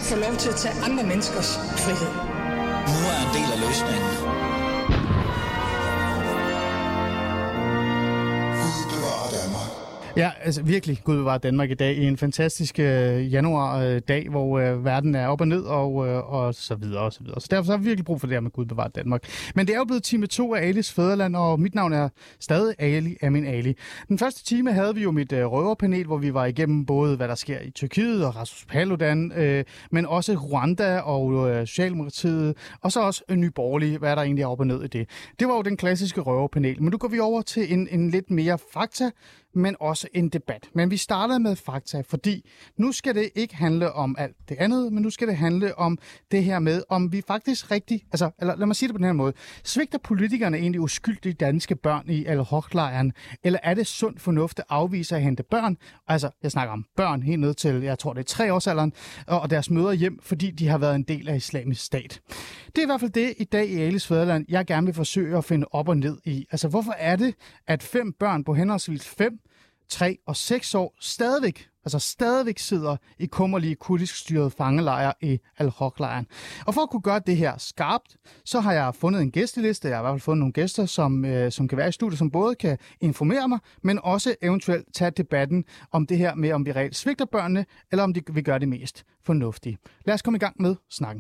få lov til at tage andre menneskers frihed. Nu er en del af løsningen. Ja, altså virkelig Gud bevare Danmark i dag i en fantastisk januar-dag, hvor verden er op og ned og så videre og så videre. Så derfor har vi virkelig brug for det her med Gud bevare Danmark. Men det er jo blevet time 2 af Alis Fædreland, og mit navn er stadig Ali Amin Ali. Den første time havde vi jo mit røverpanel, hvor vi var igennem både, hvad der sker i Tyrkiet og Rasmus Paludan, men også Rwanda og Socialdemokratiet, og så også Nye Borgerlige, hvad der egentlig er op og ned i det. Det var jo den klassiske røverpanel, men nu går vi over til en lidt mere fakta, men også en debat. Men vi starter med fakta, fordi nu skal det ikke handle om alt det andet, men nu skal det handle om det her med, om vi faktisk eller lad mig sige det på den her måde, svigter politikerne egentlig uskyldige danske børn i Al-Hol-lejren, eller er det sund fornuft at afvise at hente børn, altså jeg snakker om børn helt ned til, jeg tror det er 3-årsalderen, og deres mødre hjem, fordi de har været en del af Islamisk Stat. Det er i hvert fald det i dag i Alis Fædreland, jeg gerne vil forsøge at finde op og ned i. Altså hvorfor er det, at 5 børn på henholdsvis 5, 3 og 6 år stadigvæk sidder i kummerlige kurdisk styrede fangelejre i Al-Hol-lejren. Og for at kunne gøre det her skarpt, så har jeg fundet en gæsteliste. Jeg har i hvert fald fundet nogle gæster, som kan være i studiet, som både kan informere mig, men også eventuelt tage debatten om det her med, om vi reelt svigter børnene, eller om vi gør det mest fornuftige. Lad os komme i gang med snakken.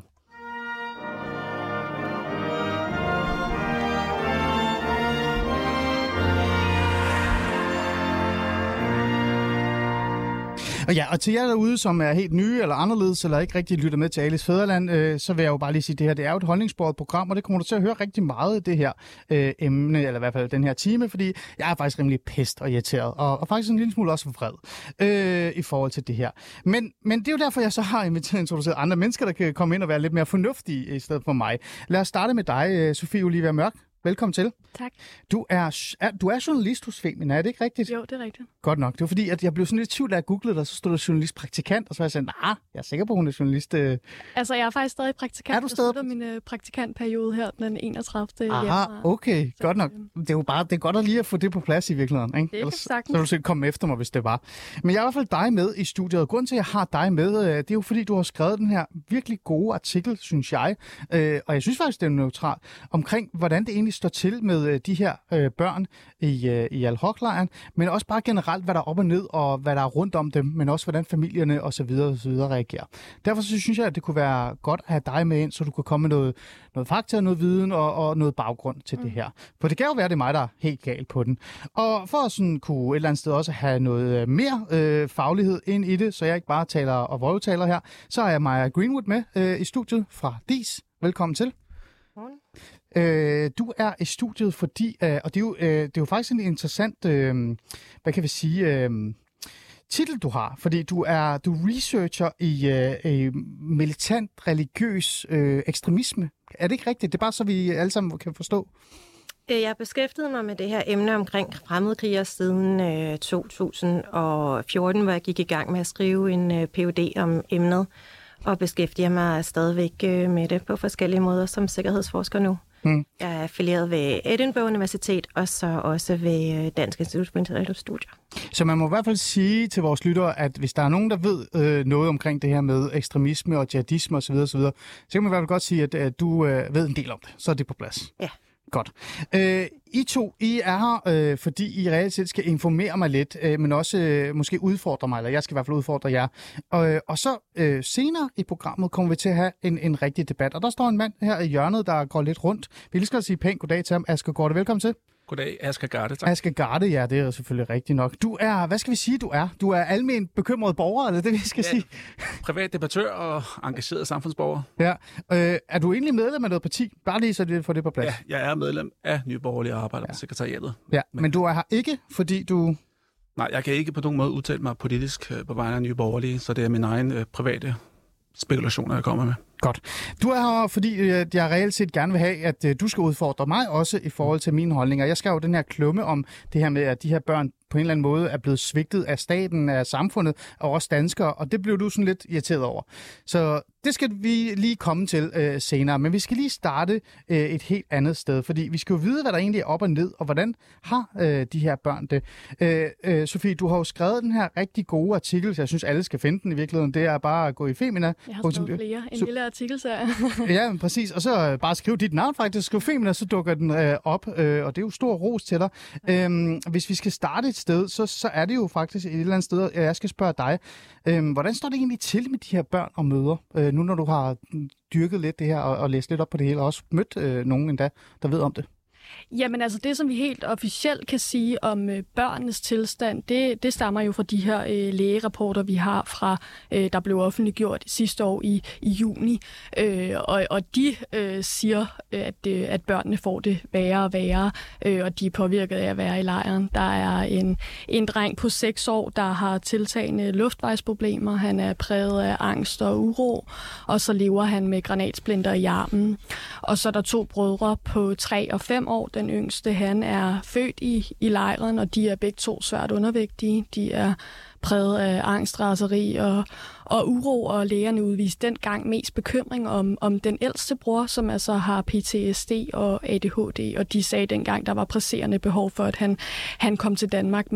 Og til jer derude, som er helt nye eller anderledes, eller ikke rigtig lytter med til Alis Fædreland, så vil jeg jo bare lige sige, at det her det er jo et holdningsbåret program, og det kommer du til at høre rigtig meget af det her emne, eller i hvert fald den her time, fordi jeg er faktisk rimelig pest og irriteret, og faktisk en lille smule også vred i forhold til det her. Men det er jo derfor, jeg så har inviteret introduceret andre mennesker, der kan komme ind og være lidt mere fornuftige i stedet for mig. Lad os starte med dig, Sofie Olivia Mørk. Velkommen til. Tak. Du er journalist hos Femina, er det ikke rigtigt? Jo, det er rigtigt. Godt nok. Det var fordi, at jeg blev sådan lidt i tvivl, da jeg googlede dig, så stod der journalistpraktikant, og så var jeg sådan, jeg er sikker på, at hun er journalist. Altså, jeg er faktisk stadig praktikant. Er du stadig? Jeg slutter min praktikantperiode her den 31. Aha, januar. okay. Godt nok. Det er jo bare, det er godt at lige at få det på plads i virkeligheden, ikke? Det kan sagtens. Så vil du sikkert komme efter mig, hvis det var. Men jeg har i hvert fald dig med i studiet, og grunden til, at jeg har dig med, det er jo fordi, du har skrevet den her virkelig gode artikel, synes jeg, og jeg synes faktisk, det er neutralt, omkring, hvordan det egentlig står til med de her børn i Al-Hol-lejren, men også bare generelt, hvad der er op og ned, og hvad der er rundt om dem, men også, hvordan familierne osv. reagerer. Derfor så synes jeg, at det kunne være godt at have dig med ind, så du kan komme med noget fakta, noget viden og noget baggrund til det her. For det kan jo være, det er mig, der er helt galt på den. Og for at sådan kunne et eller andet sted også have noget mere faglighed ind i det, så jeg ikke bare taler og vrøvtaler her, så har jeg Maja Greenwood med i studiet fra DIS. Velkommen til. Du er i studiet, fordi, og det er jo faktisk en interessant, hvad kan vi sige, titel du har, fordi du er researcher i militant religiøs ekstremisme. Er det ikke rigtigt? Det er bare så vi alle sammen kan forstå. Jeg beskæftigede mig med det her emne omkring fremmedkrigere siden 2014, hvor jeg gik i gang med at skrive en Ph.D. om emnet, og beskæftiger mig stadigvæk med det på forskellige måder som sikkerhedsforsker nu. Jeg er affilieret ved Edinburgh Universitet, og så også ved Dansk Institut for Internationale Studier. Så man må i hvert fald sige til vores lyttere, at hvis der er nogen, der ved noget omkring det her med ekstremisme og jihadisme osv., så kan man i hvert fald godt sige, at du ved en del om det. Så er det på plads. Ja. Godt. I er her, fordi I reelt set skal informere mig lidt, men også måske udfordre mig, eller jeg skal i hvert fald udfordre jer. Og så senere i programmet kommer vi til at have en rigtig debat. Og der står en mand her i hjørnet, der går lidt rundt. Vi lige skal sige pænt goddag til ham. Asger Garde, velkommen til. Goddag, Asger Garde, tak. Asger Garde, ja, det er selvfølgelig rigtigt nok. Du er, hvad skal vi sige, du er? Du er almen bekymret borger, eller det vi skal sige? Privat debattør og engageret samfundsborger. Ja. Er du egentlig medlem af noget parti? Bare lige så det får det på plads. Ja, jeg er medlem af Nye Borgerlige og arbejder på sekretariatet. Ja, men du er her ikke, fordi du... Nej, jeg kan ikke på nogen måde udtale mig politisk på vegne af Nye Borgerlige, så det er min egen private spekulationer, jeg kommer med. Godt. Du er her, fordi jeg reelt set gerne vil have, at du skal udfordre mig også i forhold til mine holdninger. Jeg skal jo den her klumme om det her med, at de her børn på en eller anden måde er blevet svigtet af staten, af samfundet og også danskere, og det blev du sådan lidt irriteret over. Så det skal vi lige komme til senere, men vi skal lige starte et helt andet sted, fordi vi skal jo vide, hvad der egentlig er op og ned, og hvordan har de her børn det. Sofie, du har jo skrevet den her rigtig gode artikel, så jeg synes, alle skal finde den i virkeligheden. Det er bare at gå i Femina. Jeg har skrevet flere. En lille artikelserie. Ja, præcis. Og så bare skriv dit navn faktisk. Skriv Femina, så dukker den op, og det er jo stor ros til dig. Hvis vi skal starte et sted, så er det jo faktisk et eller andet sted, jeg skal spørge dig. Hvordan står det egentlig til med de her børn og mødre, nu når du har dyrket lidt det her og læst lidt op på det hele, og også mødt nogen endda, der ved om det? Jamen altså det, som vi helt officielt kan sige om børnenes tilstand, det stammer jo fra de her lægerapporter, vi har fra, der blev offentliggjort sidste år i juni. Og de siger, at børnene får det værre og værre, og de er påvirket af at være i lejren. Der er en dreng på 6 år, der har tiltagende luftvejsproblemer. Han er præget af angst og uro, og så lever han med granatsplinter i armen. Og så er der 2 brødre på 3 og 5 år. Den yngste, han er født i lejren, og de er begge 2 svært undervægtige. De er præget af angst, raseri og uro, og lægerne udviste dengang mest bekymring om den ældste bror, som altså har PTSD og ADHD, og de sagde dengang, der var presserende behov for, at han kom til Danmark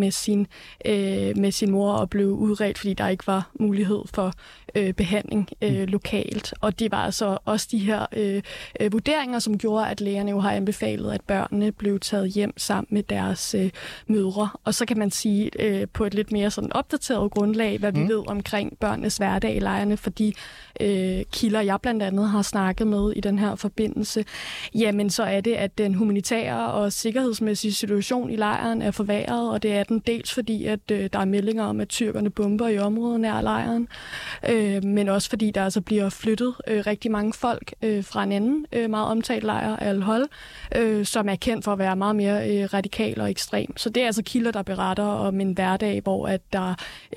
med sin mor og blev udredt, fordi der ikke var mulighed for behandling lokalt. Og det var altså også de her vurderinger, som gjorde, at lægerne jo har anbefalet, at børnene blev taget hjem sammen med deres mødre. Og så kan man sige på et lidt mere sådan opdateret grundlag, hvad vi ved omkring børnenes hverdag i lejrene, fordi kilder, jeg blandt andet har snakket med i den her forbindelse, jamen så er det, at den humanitære og sikkerhedsmæssige situation i lejren er forværret, og det er den dels fordi, at der er meldinger om, at tyrkerne bomber i området nær lejren, men også fordi der altså bliver flyttet rigtig mange folk fra en anden meget omtalt lejr, Al-Hol, som er kendt for at være meget mere radikal og ekstrem. Så det er altså kilder, der beretter om en hverdag, hvor at der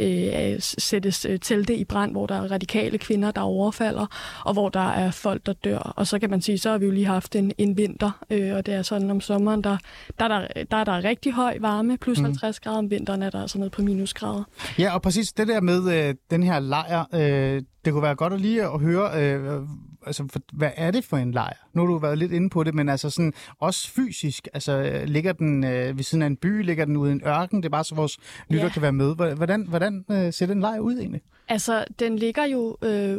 sættes telte i brand, hvor der er radikale kvinder, der overfalder, og hvor der er folk, der dør. Og så kan man sige, så har vi jo lige haft en vinter, og det er sådan om sommeren, der er der rigtig høj varme, plus 50 grader, om vinteren er der altså ned på minusgrader. Ja, og præcis det der med den her lejr, det kunne være godt at lige at høre, altså, hvad er det for en lejr? Nu har du været lidt inde på det, men altså sådan, også fysisk, altså ligger den ved siden af en by, ligger den ude i en ørken? Det er bare så vores lytter kan være med. Hvordan ser den lejr ud egentlig? Altså, den ligger jo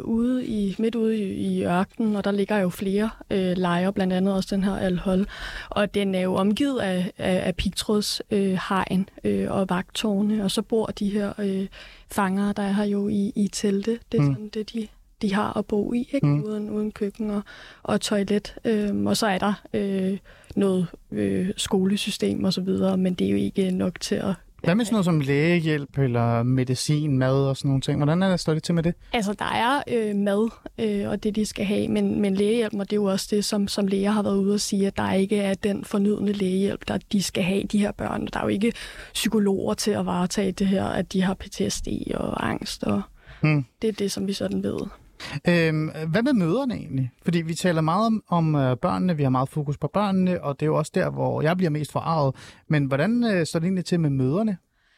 midt ude i ørkenen, og der ligger jo flere lejre, blandt andet også den her Al-Hol. Og den er jo omgivet af pigtrådshegn og vagttårne, og så bor de her fangere, der er her jo i telte. Det er sådan det, de har at bo i, ikke? Uden køkken og toilet. Og så er der noget skolesystem og så videre, men det er jo ikke nok til at... Hvad med sådan noget som lægehjælp eller medicin, mad og sådan nogle ting? Hvordan står det til med det? Altså, der er mad og det, de skal have, men lægehjælp, og det er jo også det, som læger har været ude at sige, at der ikke er den fornødne lægehjælp, der de skal have, de her børn. Der er jo ikke psykologer til at varetage det her, at de har PTSD og angst, og det er det, som vi sådan ved. Hvad med mødrene egentlig? Fordi vi taler meget om børnene, vi har meget fokus på børnene, og det er jo også der, hvor jeg bliver mest forarget. Men hvordan står det egentlig til med mødrene?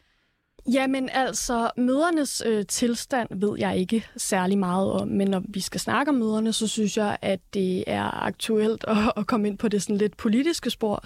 Jamen altså, mødrenes tilstand ved jeg ikke særlig meget om, men når vi skal snakke om mødrene, så synes jeg, at det er aktuelt at komme ind på det sådan lidt politiske spor,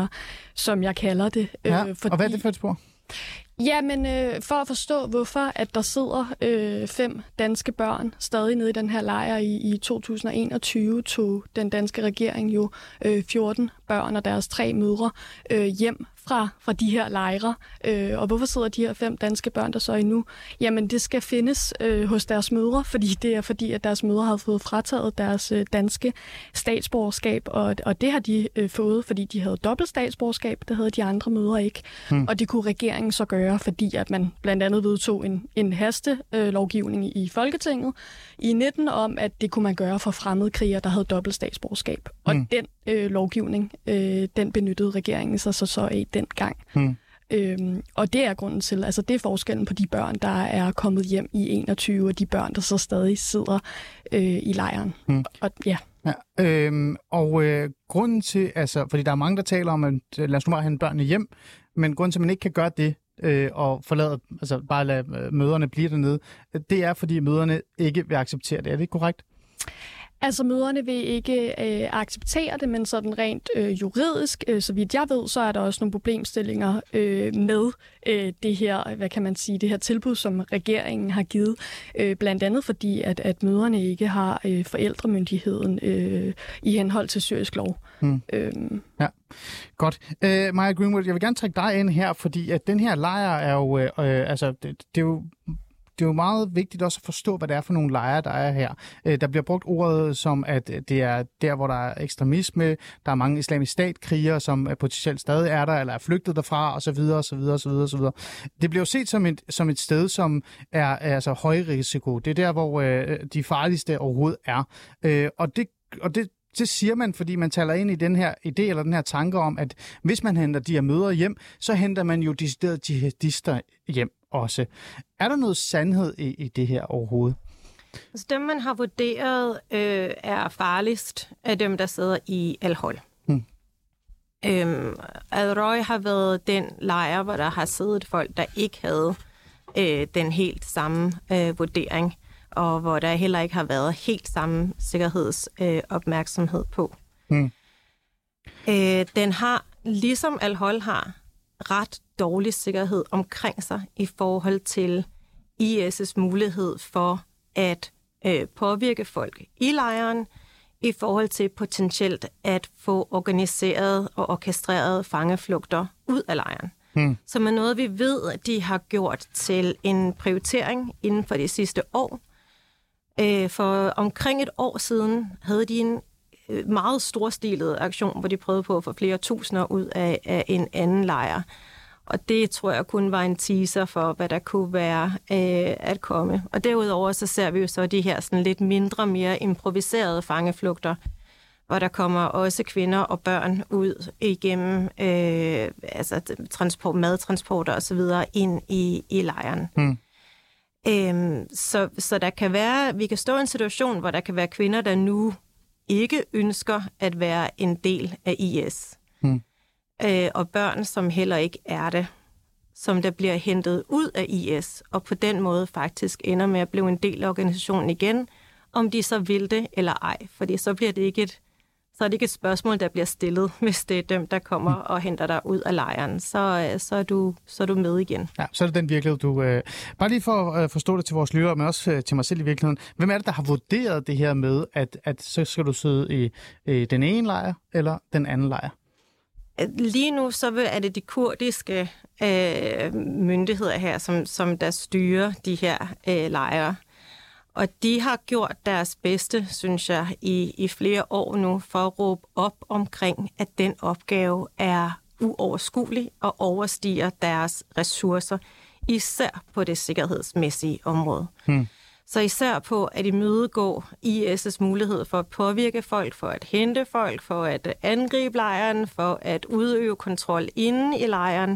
som jeg kalder det. Ja, fordi... Og hvad er det for et spor? Jamen, for at forstå, hvorfor at der sidder 5 danske børn stadig nede i den her lejr i 2021, tog den danske regering jo 14 børn og deres 3 mødre hjem fra de her lejre. Og hvorfor sidder de her 5 danske børn der så endnu? Jamen, det skal findes hos deres mødre, fordi at deres mødre har fået frataget deres danske statsborgerskab, og det har de fået, fordi de havde dobbelt statsborgerskab. Det havde de andre mødre ikke. Og det kunne regeringen så gøre, fordi at man blandt andet vedtog en hastelovgivning i Folketinget i 19 om, at det kunne man gøre for fremmedkrigere, der havde dobbelt statsborgerskab. Og den lovgivning, den benyttede regeringen sig så af dengang. Og det er grunden til, altså det er forskellen på de børn, der er kommet hjem i 21, og de børn, der så stadig sidder i lejren. Og ja. Grunden til, altså, fordi der er mange, der taler om, at lad os nu bare hente børnene hjem, men grunden til, at man ikke kan gøre det, og forlader, altså bare lade mødrene blive dernede, det er, fordi mødrene ikke vil acceptere det. Er det ikke korrekt? Altså, mødrene vil ikke acceptere det, men sådan rent juridisk, så vidt jeg ved, så er der også nogle problemstillinger med det her, hvad kan man sige, det her tilbud, som regeringen har givet. Blandt andet fordi, at mødrene ikke har forældremyndigheden i henhold til syrisk lov. Ja, godt. Maja Greenwood, jeg vil gerne trække dig ind her, fordi at den her lejr er jo, det er jo meget vigtigt også at forstå, hvad det er for nogle lejre, der er her. Der bliver brugt ordet som, at det er der, hvor der er ekstremisme, der er mange islamisk stat-krigere, som potentielt stadig er der, eller er flygtet derfra, osv. osv. Det bliver jo set som et sted, som er altså høj risiko. Det er der, hvor de farligste overhovedet er. Det siger man, fordi man taler ind i den her idé eller den her tanke om, at hvis man henter de her mødre hjem, så henter man jo deciderede jihadister hjem også. Er der noget sandhed i det her overhovedet? Altså dem, man har vurderet, er farligst af dem, der sidder i Al-Hol. Al-Roj har været den lejr, hvor der har siddet folk, der ikke havde den helt samme vurdering, og hvor der heller ikke har været helt samme sikkerhedsopmærksomhed på. Den har, ligesom Al-Hol har, ret dårlig sikkerhed omkring sig i forhold til IS' mulighed for at påvirke folk i lejren, i forhold til potentielt at få organiseret og orkestreret fangeflugter ud af lejren. Som er noget, vi ved, at de har gjort til en prioritering inden for de sidste år. For omkring et år siden havde de en meget storstilet aktion, hvor de prøvede på at få flere tusinder ud af en anden lejr. Og det tror jeg kun var en teaser for, hvad der kunne være at komme. Og derudover så ser vi jo så de her sådan lidt mindre, mere improviserede fangeflugter, hvor der kommer også kvinder og børn ud igennem madtransporter osv. ind i lejren. Så der kan være, vi kan stå i en situation, hvor der kan være kvinder, der nu ikke ønsker at være en del af IS. Og børn, som heller ikke er det, som der bliver hentet ud af IS, og på den måde faktisk ender med at blive en del af organisationen igen, om de så vil det eller ej. Fordi så bliver det ikke et spørgsmål, der bliver stillet, hvis det er dem, der kommer og henter dig ud af lejren. Så er du med igen. Ja, så er det den virkelighed, du... Bare lige for at forstå det til vores lyttere, men også til mig selv i virkeligheden. Hvem er det, der har vurderet det her med, at så skal du sidde i den ene lejr eller den anden lejr? Lige nu så er det de kurdiske myndigheder her, som der styrer de her lejre. Og de har gjort deres bedste, synes jeg, i flere år nu, for at råbe op omkring, at den opgave er uoverskuelig og overstiger deres ressourcer, især på det sikkerhedsmæssige område. Så især på at imødegå IS' mulighed for at påvirke folk, for at hente folk, for at angribe lejren, for at udøve kontrol inde i lejren,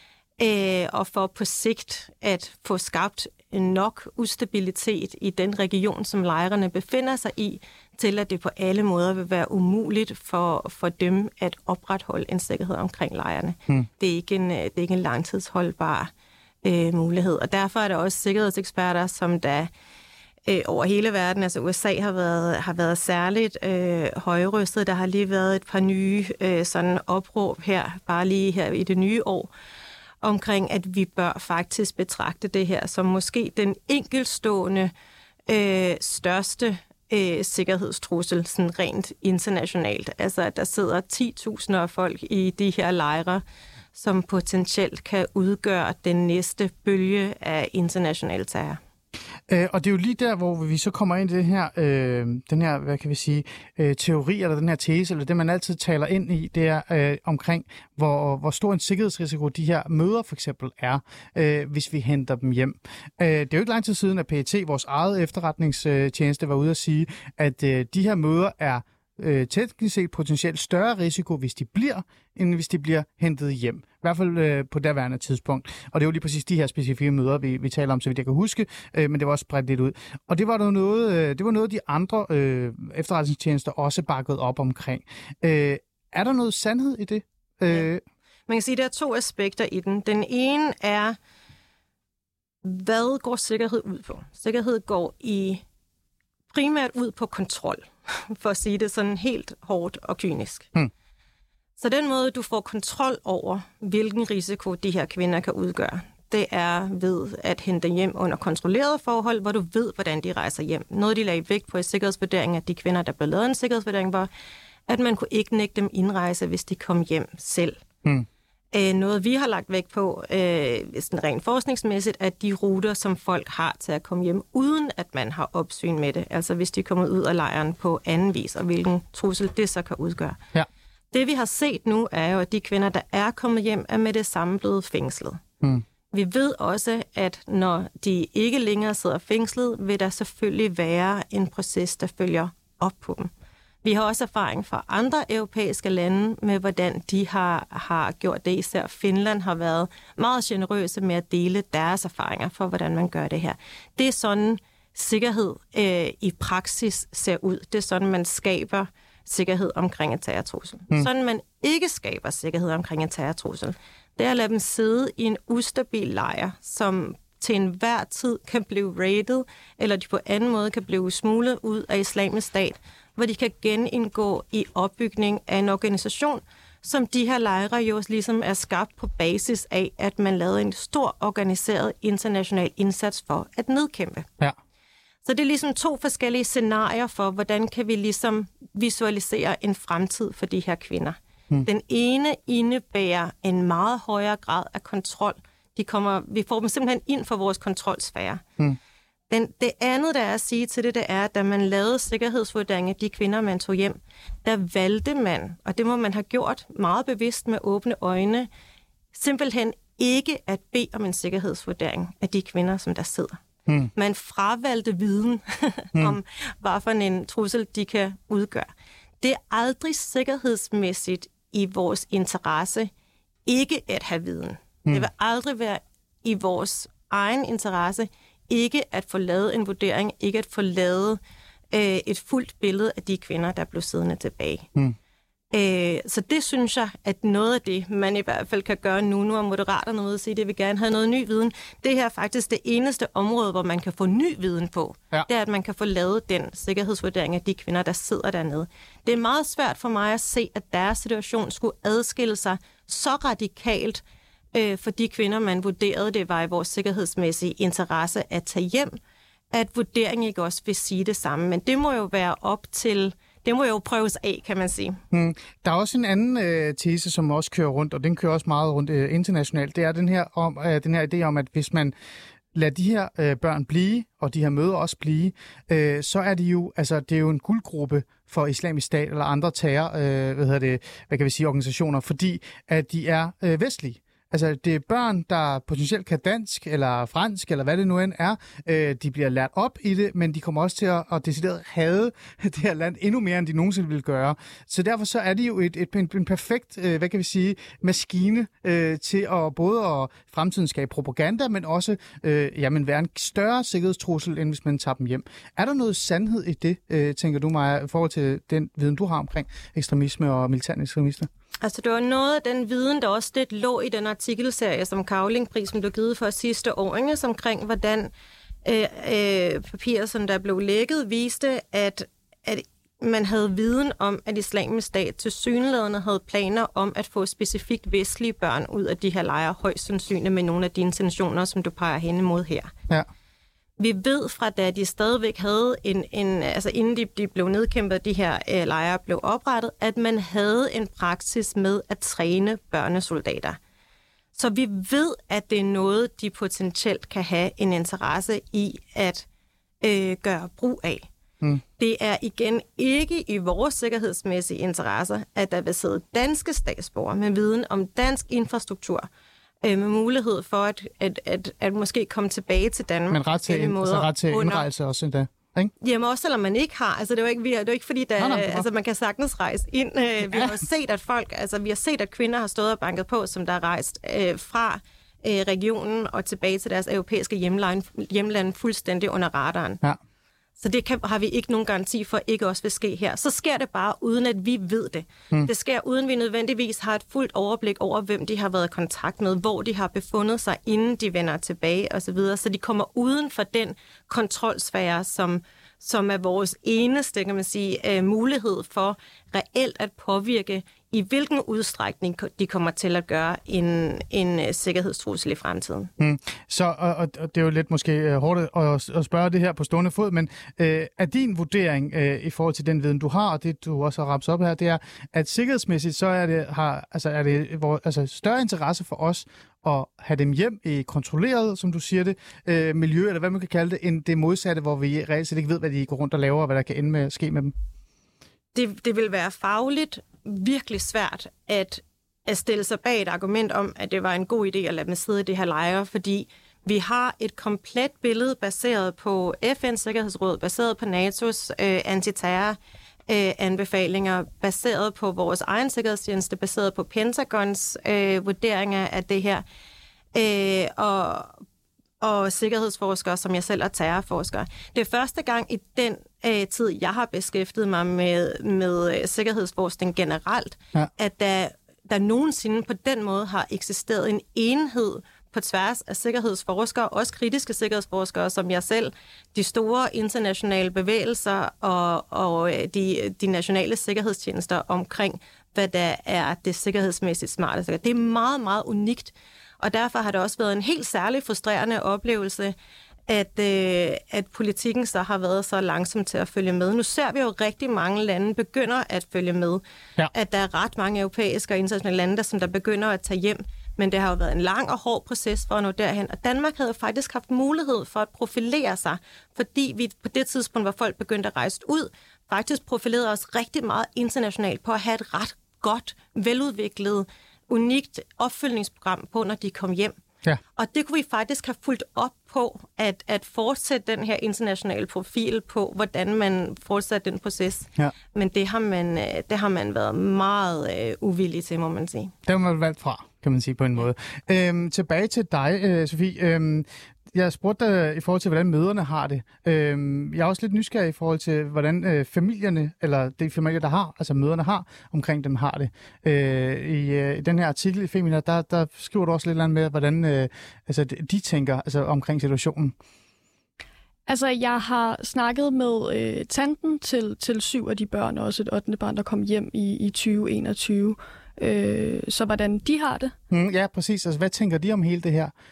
og for på sigt at få skabt nok ustabilitet i den region, som lejrene befinder sig i, til at det på alle måder vil være umuligt for dem at opretholde en sikkerhed omkring lejrene. Det er ikke en langtidsholdbar mulighed. Og derfor er der også sikkerhedseksperter, som der over hele verden, altså USA har været særligt højrøstet. Der har lige været et par nye sådan opråb her, bare lige her i det nye år, omkring, at vi bør faktisk betragte det her som måske den enkeltstående største sikkerhedstrussel, sådan rent internationalt. Altså, at der sidder 10.000 af folk i de her lejre, som potentielt kan udgøre den næste bølge af international terror. Og det er jo lige der, hvor vi så kommer ind i den her, hvad kan vi sige, teori, eller den her tese, eller det, man altid taler ind i, det er omkring, hvor stor en sikkerhedsrisiko de her møder for eksempel er, hvis vi henter dem hjem. Det er jo ikke lang tid siden, at PET, vores eget efterretningstjeneste, var ude at sige, at de her møder er teknisk set potentielt større risiko, hvis de bliver, end hvis de bliver hentet hjem. I hvert fald på derværende tidspunkt. Og det er jo lige præcis de her specifikke møder, vi taler om, så vidt jeg kan huske, men det var også spredt lidt ud. Og det var noget, de andre efterretningstjenester også bakkede op omkring. Er der noget sandhed i det? Ja. Man kan sige, at der er 2 aspekter i den. Den ene er, hvad går sikkerhed ud på? Sikkerhed går primært ud på kontrol, for at sige det sådan helt hårdt og kynisk. Så den måde, du får kontrol over, hvilken risiko de her kvinder kan udgøre, det er ved at hente dem hjem under kontrollerede forhold, hvor du ved, hvordan de rejser hjem. Noget, de lagde vægt på i sikkerhedsvurderingen, at de kvinder, der blev lavet en sikkerhedsvurdering, var, at man kunne ikke nægte dem indrejse, hvis de kom hjem selv. Noget, vi har lagt vægt på, sådan rent forskningsmæssigt, at de ruter, som folk har til at komme hjem, uden at man har opsyn med det, altså hvis de kommer ud af lejren på anden vis, og hvilken trussel det så kan udgøre. Ja. Det, vi har set nu, er jo, at de kvinder, der er kommet hjem, er med det samme blevet fængslet. Vi ved også, at når de ikke længere sidder fængslet, vil der selvfølgelig være en proces, der følger op på dem. Vi har også erfaring fra andre europæiske lande med, hvordan de har gjort det. Især Finland har været meget generøse med at dele deres erfaringer for, hvordan man gør det her. Det er sådan, sikkerhed i praksis ser ud. Det er sådan, man skaber sikkerhed omkring en terrortrussel. Sådan, man ikke skaber sikkerhed omkring en terrortrussel, det er at lade dem sidde i en ustabil lejr, som til enhver tid kan blive raided, eller de på anden måde kan blive smuglet ud af Islamisk Stat, hvor de kan genindgå i opbygning af en organisation, som de her lejre jo ligesom er skabt på basis af, at man lavede en stor organiseret international indsats for at nedkæmpe. Ja. Så det er ligesom 2 forskellige scenarier for, hvordan kan vi ligesom visualisere en fremtid for de her kvinder. Den ene indebærer en meget højere grad af kontrol. Vi får dem simpelthen ind for vores kontrolsfære. Det andet, der er at sige til det er, at da man lavede sikkerhedsvurdering af de kvinder, man tog hjem, der valgte man, og det må man have gjort meget bevidst med åbne øjne, simpelthen ikke at bede om en sikkerhedsvurdering af de kvinder, som der sidder. Man fravalgte viden om, hvad for en trussel de kan udgøre. Det er aldrig sikkerhedsmæssigt i vores interesse ikke at have viden. Det vil aldrig være i vores egen interesse ikke at få lavet en vurdering, ikke at få lavet et fuldt billede af de kvinder, der blev siddende tilbage. Så det synes jeg, at noget af det, man i hvert fald kan gøre nu er Moderaterne ude og sige, at det vil gerne have noget ny viden. Det her er faktisk det eneste område, hvor man kan få ny viden på. Ja. Det er, at man kan få lavet den sikkerhedsvurdering af de kvinder, der sidder dernede. Det er meget svært for mig at se, at deres situation skulle adskille sig så radikalt for de kvinder, man vurderede, det var i vores sikkerhedsmæssige interesse at tage hjem, at vurderingen ikke også vil sige det samme. Men det må jo være op til... Det må jo prøves af, kan man sige. Der er også en anden tese, som også kører rundt, og den kører også meget rundt internationalt. Det er den her idé om, at hvis man lader de her børn blive, og de her mødre også blive, så er det er jo en guldgruppe for Islamisk Stat eller andre organisationer, fordi at de er vestlige. Altså, det er børn, der potentielt kan dansk eller fransk, eller hvad det nu end er. De bliver lært op i det, men de kommer også til at decideret hade det her land endnu mere, end de nogensinde ville gøre. Så derfor så er det jo en perfekt, maskine til at både at fremtiden skabe propaganda, men også være en større sikkerhedstrussel, end hvis man tager dem hjem. Er der noget sandhed i det, tænker du, Maja, i forhold til den viden, du har omkring ekstremisme og militante ekstremister? Altså, det var noget af den viden, der også lidt lå i den artikelserie, som Cavlingprisen blev givet for sidste år, ikke? Omkring hvordan papirer, som der blev lækket, viste, at man havde viden om, at Islamisk Stat tilsyneladende havde planer om at få specifikt vestlige børn ud af de her lejre, højst sandsynligt med nogle af de intentioner, som du peger hen imod her. Ja. Vi ved fra, da de stadigvæk havde inden de blev nedkæmpet, de her lejre blev oprettet, at man havde en praksis med at træne børnesoldater. Så vi ved, at det er noget, de potentielt kan have en interesse i at gøre brug af. Det er igen ikke i vores sikkerhedsmæssige interesse, at der vil sidde danske statsborgere med viden om dansk infrastruktur, med mulighed for at måske komme tilbage til Danmark. Men ret til indrejse også endda, ikke? Jamen også selvom man ikke har. Altså det er jo ikke fordi, man kan sagtens rejse ind. Vi har set, at vi har set, at kvinder har stået og banket på, som der er rejst fra regionen og tilbage til deres europæiske hjemlande fuldstændig under radaren. Ja. Så det har vi ikke nogen garanti for, ikke også vil ske her. Så sker det bare, uden at vi ved det. Det sker, uden vi nødvendigvis har et fuldt overblik over, hvem de har været i kontakt med, hvor de har befundet sig, inden de vender tilbage osv. Så de kommer uden for den kontrolsfære, som er vores eneste, kan man sige, mulighed for reelt at påvirke, i hvilken udstrækning de kommer til at gøre en sikkerhedstrussel i fremtiden. Så og det er jo lidt måske hårdt at spørge det her på stående fod, men er din vurdering i forhold til den viden, du har, og det du også har ramt op her, det er, at sikkerhedsmæssigt så er det større interesse for os at have dem hjem i kontrolleret, som du siger det, miljø, eller hvad man kan kalde det, end det modsatte, hvor vi reelt set ikke ved, hvad de går rundt og laver, og hvad der kan ende med at ske med dem? Det vil være fagligt virkelig svært at stille sig bag et argument om, at det var en god idé at lade dem sidde i det her lejre, fordi vi har et komplet billede baseret på FN's Sikkerhedsråd, baseret på NATO's antiterror anbefalinger, baseret på vores egen sikkerhedstjeneste, baseret på Pentagons vurderinger af det her, og sikkerhedsforskere, som jeg selv er terrorforsker. Det er første gang i den tid, jeg har beskæftiget mig med sikkerhedsforskning generelt, at der nogensinde på den måde har eksisteret en enhed på tværs af sikkerhedsforskere, også kritiske sikkerhedsforskere, som jeg selv, de store internationale bevægelser og de nationale sikkerhedstjenester omkring, hvad der er det sikkerhedsmæssigt smarte. Det er meget, meget unikt. Og derfor har det også været en helt særlig frustrerende oplevelse, at politikken så har været så langsom til at følge med. Nu ser vi jo rigtig mange lande begynder at følge med. Ja. At der er ret mange europæiske og internationale lande, som der begynder at tage hjem. Men det har jo været en lang og hård proces for at nå derhen. Og Danmark havde jo faktisk haft mulighed for at profilere sig, fordi vi på det tidspunkt, hvor folk begyndte at rejse ud, faktisk profilerede os rigtig meget internationalt på at have et ret godt, veludviklet, unikt opfølgningsprogram på, når de kom hjem. Ja. Og det kunne vi faktisk have fulgt op på, at fortsætte den her internationale profil på, hvordan man fortsætter den proces. Ja. Men det har man været meget uvillig til, må man sige. Det har man valgt fra, kan man sige på en måde. Tilbage til dig, Sofie. Jeg spurgte dig i forhold til, hvordan mødrene har det. Jeg er også lidt nysgerrig i forhold til, hvordan familierne, eller de familier, der har, altså mødrene har, omkring dem har det. I den her artikel i Femina, der skriver du også lidt med, hvordan de tænker omkring situationen. Altså, jeg har snakket med tanten til 7 af de børn, og også et 8. barn, der kom hjem i 2021. Så hvordan de har det? Ja, præcis. Altså, hvad tænker de om hele det her?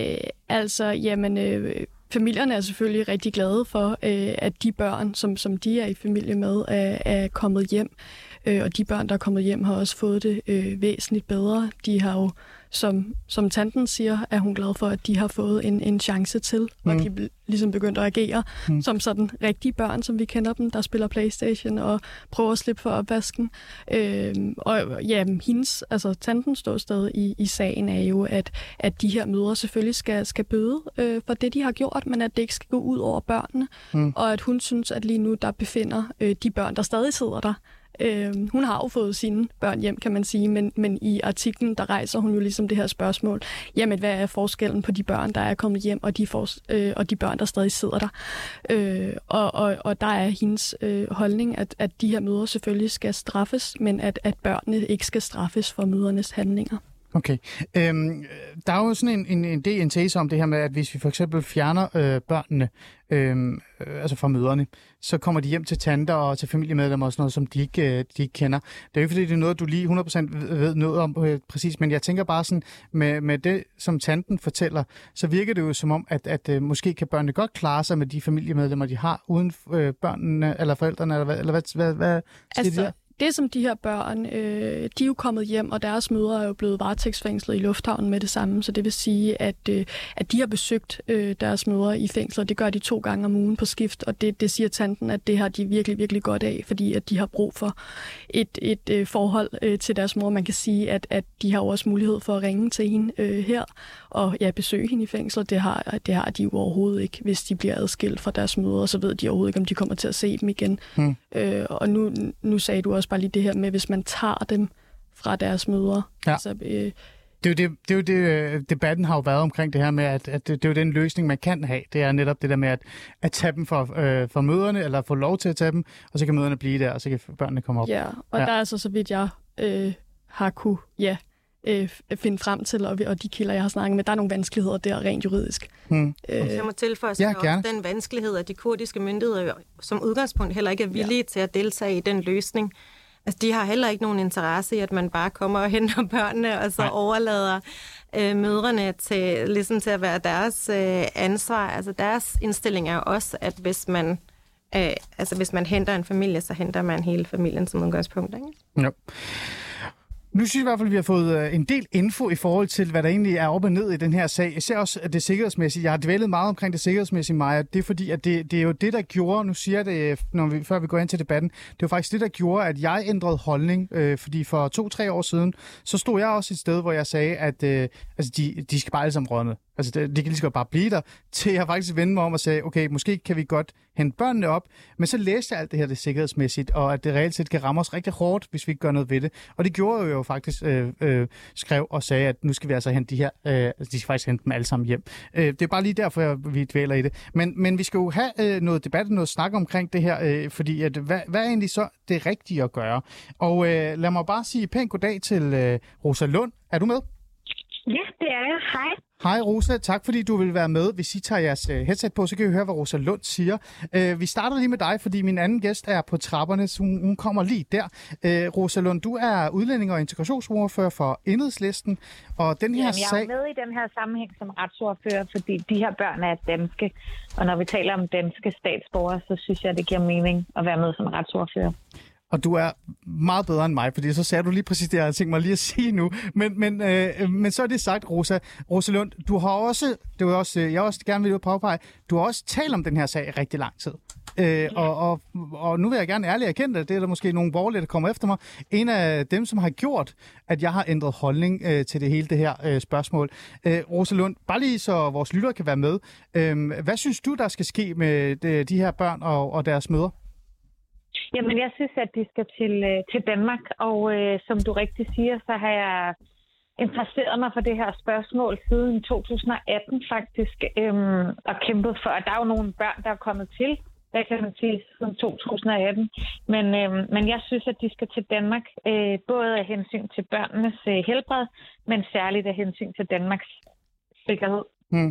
Familierne er selvfølgelig rigtig glade for, at de børn, som de er i familie med, er kommet hjem. Og de børn, der er kommet hjem, har også fået det væsentligt bedre. De har jo, som tanten siger, er hun glad for, at de har fået en chance til, og de ligesom begyndt at agere som sådan rigtige børn, som vi kender dem, der spiller PlayStation og prøver at slippe for opvasken. Tantens ståsted i sagen er jo, at de her mødre selvfølgelig skal bøde for det, de har gjort, men at det ikke skal gå ud over børnene. Og at hun synes, at lige nu, der befinder de børn, der stadig sidder der. Hun har jo fået sine børn hjem, kan man sige, men i artiklen, der rejser hun jo ligesom det her spørgsmål. Jamen, hvad er forskellen på de børn, der er kommet hjem, og de børn, der stadig sidder der? Og der er hendes holdning, at de her mødre selvfølgelig skal straffes, men at børnene ikke skal straffes for mødrenes handlinger. Okay. Der er jo sådan en tese om det her med, at hvis vi for eksempel fjerner børnene, altså fra mødrene, så kommer de hjem til tanter og til familiemedlemmer og sådan noget, som de ikke kender. Det er jo ikke, fordi det er noget, du lige 100% ved noget om præcis, men jeg tænker bare sådan, med det, som tanten fortæller, så virker det jo som om, at måske kan børnene godt klare sig med de familiemedlemmer, de har, uden børnene eller forældrene, eller hvad siger de der? Det, som de her børn, de er jo kommet hjem, og deres mødre er jo blevet varetægtsfængslet i lufthavnen med det samme. Så det vil sige, at de har besøgt deres mødre i fængsler. Det gør de 2 gange om ugen på skift, og det siger tanten, at det har de virkelig, virkelig godt af, fordi at de har brug for et forhold til deres mor. Man kan sige, at de har også mulighed for at ringe til hende her, og besøge hende i fængsler. Det har de jo overhovedet ikke, hvis de bliver adskilt fra deres mødre, så ved de overhovedet ikke, om de kommer til at se dem igen. Og nu sagde du også bare lige det her med, hvis man tager dem fra deres mødre. Ja. Altså, Det er jo det, debatten har jo været omkring det her med, at det er jo den løsning, man kan have. Det er netop det der med at tage dem for mødrene, eller få lov til at tage dem, og så kan mødrene blive der, og så kan børnene komme op. Ja, og der er så vidt jeg har kunne finde frem til, og de kilder, jeg har snakket med, der er nogle vanskeligheder der rent juridisk. Jeg må tilføje også den vanskelighed, at de kurdiske myndigheder som udgangspunkt heller ikke er villige til at deltage i den løsning. Altså, de har heller ikke nogen interesse i, at man bare kommer og henter børnene, og så overlader mødrene til at være deres ansvar. Altså, deres indstilling er jo også, at hvis man henter en familie, så henter man hele familien som udgangspunkt, ikke? Ja. Nu synes jeg i hvert fald, at vi har fået en del info i forhold til, hvad der egentlig er op og ned i den her sag. Jeg ser også det sikkerhedsmæssige. Jeg har dvælet meget omkring det sikkerhedsmæssige, Maja. Det er fordi, at det er jo det, der gjorde, nu siger jeg det, før vi går ind til debatten, det var faktisk det, der gjorde, at jeg ændrede holdning. Fordi for 2-3 år siden, så stod jeg også et sted, hvor jeg sagde, at de skal bare alle sammen rådne. Altså, de kan lige så godt bare blive der, til jeg faktisk vendte mig om og sagde, okay, måske kan vi godt hente børnene op, men så læste jeg alt det her, det sikkerhedsmæssigt, og at det reelt set kan ramme os rigtig hårdt, hvis vi ikke gør noget ved det. Og det gjorde jeg jo faktisk, skrev og sagde, at nu skal vi altså hente de her, de skal faktisk hente dem alle sammen hjem. Det er bare lige derfor, vi dvæler i det. Men vi skal jo have noget debat, noget snak omkring det her, fordi at, hvad er egentlig så det rigtige at gøre? Og lad mig bare sige pænt goddag til Rosa Lund. Er du med? Ja, det er jeg. Hej. Hej Rosa, tak fordi du vil være med. Hvis I tager jeres headset på, så kan vi høre, hvad Rosa Lund siger. Vi starter lige med dig, fordi min anden gæst er på trapperne, så hun kommer lige der. Rosa Lund, du er udlænding- og integrationsordfører for Enhedslisten, og den her sag... Jeg er med i den her sammenhæng som retsordfører, fordi de her børn er danske, og når vi taler om danske statsborgere, så synes jeg, det giver mening at være med som retsordfører. Og du er meget bedre end mig, fordi så sagde du lige præcis det, jeg havde tænkt mig lige at sige nu. Men så er det sagt, Rosa Lund, du har også, det var også, jeg også gerne vil påpege, du har også talt om den her sag i rigtig lang tid. Og nu vil jeg gerne ærligt erkende det er der måske nogle borgerlige, der kommer efter mig. En af dem, som har gjort, at jeg har ændret holdning til det hele det her spørgsmål. Rosa Lund, bare lige så vores lyttere kan være med. Hvad synes du, der skal ske med de her børn og deres mødre? Jamen, jeg synes, at de skal til Danmark, og som du rigtig siger, så har jeg interesseret mig for det her spørgsmål siden 2018 faktisk, og kæmpet for, at der er jo nogle børn, der er kommet til, der kan man sige, siden 2018. Men jeg synes, at de skal til Danmark, både af hensyn til børnenes helbred, men særligt af hensyn til Danmarks sikkerhed.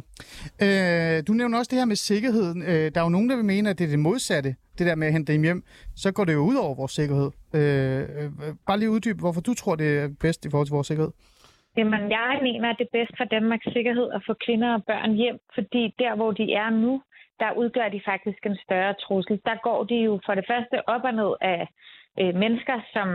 Du nævner også det her med sikkerheden. Der er jo nogen, der vil mene, at det er det modsatte, det der med at hente dem hjem. Så går det jo ud over vores sikkerhed. Bare lige uddyb, hvorfor du tror, det er bedst i forhold til vores sikkerhed. Jamen, jeg mener, at det er bedst for Danmarks sikkerhed at få kvinder og børn hjem, fordi der, hvor de er nu, der udgør de faktisk en større trussel. Der går de jo for det første op og ned af mennesker, som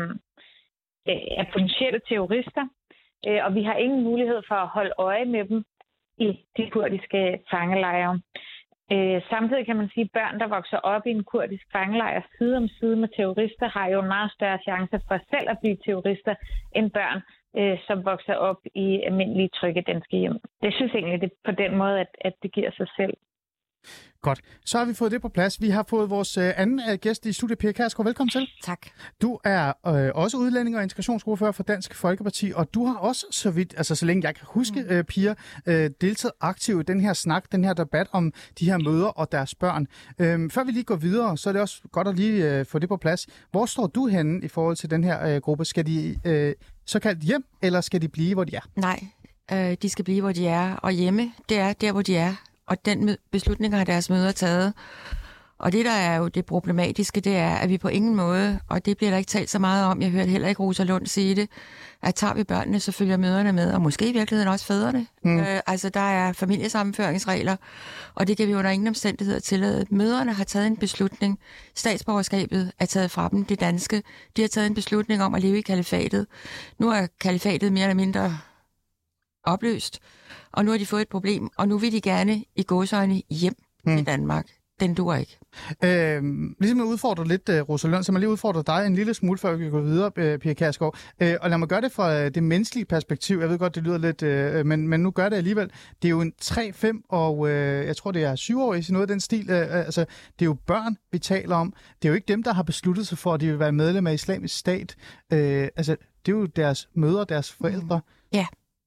er potentielle terrorister, og vi har ingen mulighed for at holde øje med dem i de kurdiske fangelejre. Samtidig kan man sige, at børn, der vokser op i en kurdisk fangelejr side om side med terrorister, har jo en meget større chance for selv at blive terrorister, end børn, som vokser op i almindelige trygge danske hjem. Det synes egentlig, det er på den måde, at det giver sig selv. Godt. Så har vi fået det på plads. Vi har fået vores anden gæst i studiet, Pia Kjærsgaard. Velkommen til. Tak. Du er også udlænding- og integrationsordfører for Dansk Folkeparti, og du har også, så længe jeg kan huske, Pia, deltaget aktivt i den her snak, den her debat om de her mødre og deres børn. Før vi lige går videre, så er det også godt at lige få det på plads. Hvor står du henne i forhold til den her gruppe? Skal de såkaldt hjem, eller skal de blive, hvor de er? Nej, de skal blive, hvor de er, og hjemme, det er der, hvor de er. Og den beslutning har deres mødre taget. Og det, der er jo det problematiske, det er, at vi på ingen måde, og det bliver der ikke talt så meget om, jeg hørte heller ikke Rosa Lund sige det, at tager vi børnene, så følger mødrene med, og måske i virkeligheden også fædrene. Altså, der er familiesammenføringsregler, og det kan vi under ingen omstændigheder tillade. Mødrene har taget en beslutning. Statsborgerskabet er taget fra dem, det danske. De har taget en beslutning om at leve i kalifatet. Nu er kalifatet mere eller mindre opløst, og nu har de fået et problem, og nu vil de gerne i gåseøjne hjem til Danmark. Den duer ikke. Ligesom jeg udfordrer lidt, Rosa Lund, så man lige udfordrer dig en lille smule, før vi går videre, Pia Kjærsgaard. Og lad mig gøre det fra det menneskelige perspektiv. Jeg ved godt, det lyder lidt, men nu gør det alligevel. Det er jo en 3-5, og jeg tror, det er 7-årige, noget af den stil. Altså, det er jo børn, vi taler om. Det er jo ikke dem, der har besluttet sig for, at de vil være medlem af Islamisk Stat. Altså, det er jo deres mødre, deres forældre. Ja.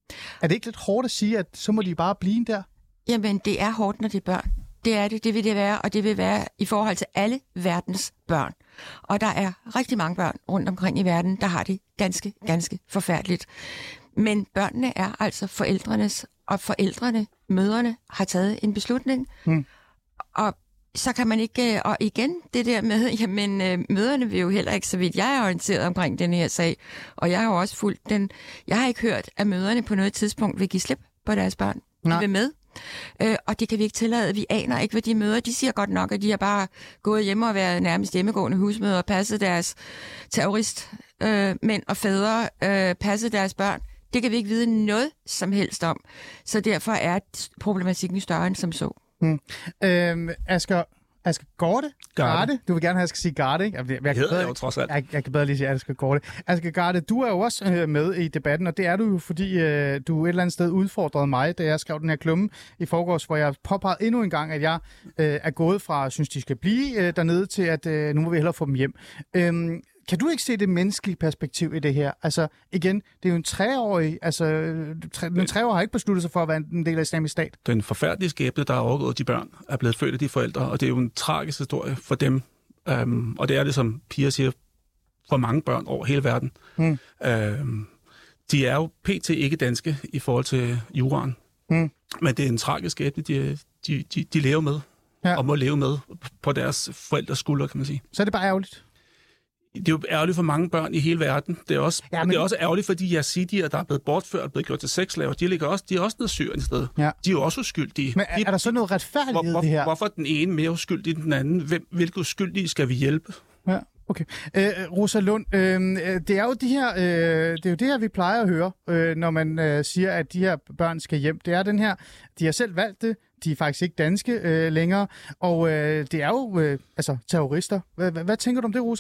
Er det ikke lidt hårdt at sige, at så må de bare blive der? Jamen, det er hårdt, når det er børn. Det er det, det vil det være, og det vil være i forhold til alle verdens børn. Og der er rigtig mange børn rundt omkring i verden, der har det ganske forfærdeligt. Men børnene er altså forældrenes, og forældrene, mødrene, har taget en beslutning. Og så kan man ikke, og igen det der med, jamen mødrene vil jo heller ikke, så vidt jeg er orienteret omkring den her sag, og jeg har jo også fulgt den, jeg har ikke hørt, at mødrene på noget tidspunkt vil give slip på deres børn. De vil med. Og det kan vi ikke tillade. Vi aner ikke, hvad de møder. De siger godt nok, at de har bare gået hjemme og været nærmest hjemmegående husmødre og passet deres terroristmænd og fædre, passet deres børn. Det kan vi ikke vide noget som helst om. Så derfor er problematikken større end som så. Asger Garde. Du vil gerne have, at jeg skal sige Garde, ikke? Jeg hedder jo trods alt. Jeg kan bedre lige sige Asger Garde. Asger Garde, du er jo også med i debatten, og det er du jo, fordi du et eller andet sted udfordrede mig, da jeg skrev den her klumme i forgårs, hvor jeg påpegede endnu en gang, at jeg er gået fra, synes de skal blive dernede, til at nu må vi hellere få dem hjem. Kan du ikke se det menneskelige perspektiv i det her? Altså, igen, det er jo en 3-årig, altså, en 3-årig har ikke besluttet sig for at være en del af Islamisk Stat. Den forfærdelige skæbne, der har overgået de børn, er blevet født af de forældre, og det er jo en tragisk historie for dem. Og det er det, som Pia siger, for mange børn over hele verden. De er jo pt. Ikke danske i forhold til juraen, men det er en tragisk skæbne, de lever med, og må leve med på deres forældres skuldre, kan man sige. Så er det bare ærgerligt. Det er jo ærgerligt for mange børn i hele verden. Det er også, det er også ærgerligt for de yazidier, der er blevet bortført, blevet gjort til sexslaver. De er også nede i Syrien i stedet. Ja. De er jo også uskyldige. Men er der så noget retfærdighed i det her? Hvorfor den ene mere uskyldig end den anden? Hvilke uskyldige skal vi hjælpe? Ja, okay. Rosa Lund, det er jo det her, vi plejer at høre, når man siger, at de her børn skal hjem. Det er den her, de har selv valgt det. De er faktisk ikke danske længere. Og det er jo terrorister. Hvad tænker du om det, Rosa?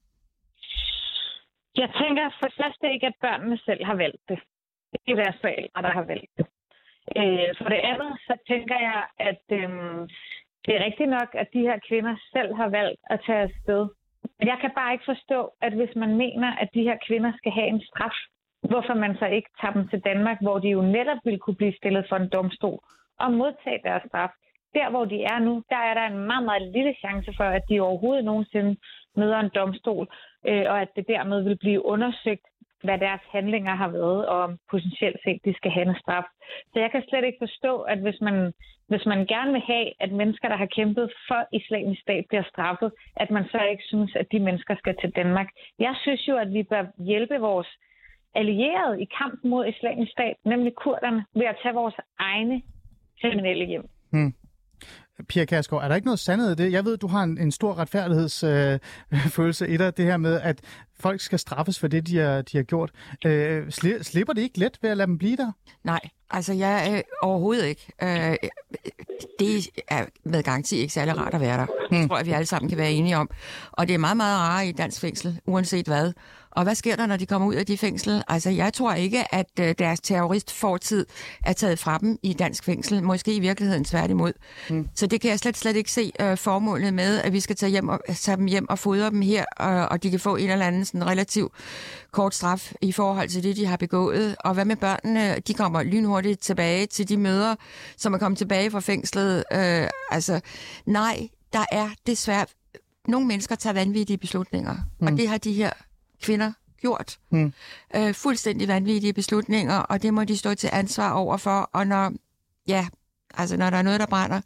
Jeg tænker for det første ikke, at børnene selv har valgt det. Det er deres forældre, der har valgt det. For det andet, så tænker jeg, at det er rigtigt nok, at de her kvinder selv har valgt at tage afsted. Men jeg kan bare ikke forstå, at hvis man mener, at de her kvinder skal have en straf, hvorfor man så ikke tager dem til Danmark, hvor de jo netop ville kunne blive stillet for en domstol og modtage deres straf. Der, hvor de er nu, der er der en meget, meget lille chance for, at de overhovedet nogensinde møder en domstol, og at det dermed vil blive undersøgt, hvad deres handlinger har været, og om potentielt set de skal have en straf. Så jeg kan slet ikke forstå, at hvis man gerne vil have, at mennesker, der har kæmpet for Islamisk Stat, bliver straffet, at man så ikke synes, at de mennesker skal til Danmark. Jeg synes jo, at vi bør hjælpe vores allierede i kampen mod Islamisk Stat, nemlig kurderne, ved at tage vores egne kriminelle hjem. Pia Kjærsgaard, er der ikke noget sandhed i det? Jeg ved, du har en stor retfærdighedsfølelse i dig, det her med, at folk skal straffes for det, de har gjort. Slipper det ikke let ved at lade dem blive der? Nej, altså jeg overhovedet ikke. Det er med garanti ikke særlig rart at være der. Det tror jeg, vi alle sammen kan være enige om. Og det er meget, meget rart i et dansk fængsel, uanset hvad. Og hvad sker der, når de kommer ud af de fængsel? Altså, jeg tror ikke, at deres terroristfortid er taget fra dem i dansk fængsel. Måske i virkeligheden tværtimod. Så det kan jeg slet ikke se formålet med, at vi skal tage dem hjem og fodre dem her, og de kan få en eller anden sådan relativ kort straf i forhold til det, de har begået. Og hvad med børnene? De kommer lynhurtigt tilbage til de mødre, som er kommet tilbage fra fængslet. Nej, der er desværre... Nogle mennesker tager vanvittige beslutninger, og det har de her kvinder gjort. Fuldstændig vanvittige beslutninger, og det må de stå til ansvar overfor. Og når der er noget, der brænder,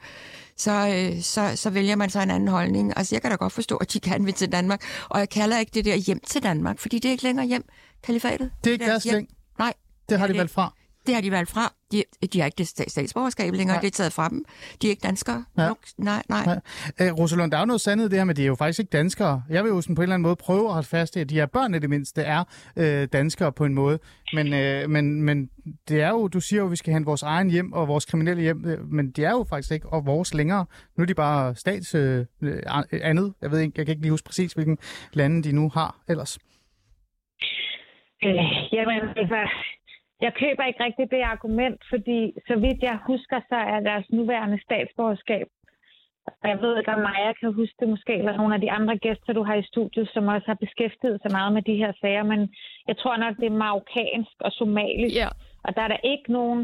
så vælger man så en anden holdning. Altså, jeg kan da godt forstå, at de gerne vil til Danmark, og jeg kalder ikke det der hjem til Danmark, fordi det er ikke længere hjem, kalifatet. Det er ikke deres hjem? Nej. Det har de valgt fra? Det har de valgt fra. De har ikke det statsborgerskab længere, det er taget fra dem. De er ikke danskere. Ja. Nej. Rosa Lund, der er jo noget sandhed i det her, men de er jo faktisk ikke danskere. Jeg vil jo sådan på en eller anden måde prøve at holde fast i, at de her børn i det mindste er danskere på en måde. Men det er jo, du siger jo, at vi skal hente vores egen hjem og vores kriminelle hjem, men de er jo faktisk ikke og vores længere. Nu er de bare andet. Jeg ved ikke, jeg kan ikke lige huske præcis, hvilken lande de nu har ellers. Jeg køber ikke rigtigt det argument, fordi så vidt jeg husker, så er deres nuværende statsborgerskab Og jeg ved ikke, om Maja kan huske det måske, eller nogle af de andre gæster, du har i studiet, som også har beskæftiget sig meget med de her sager, men jeg tror nok, det er marokkansk og somalisk, og der er der ikke nogen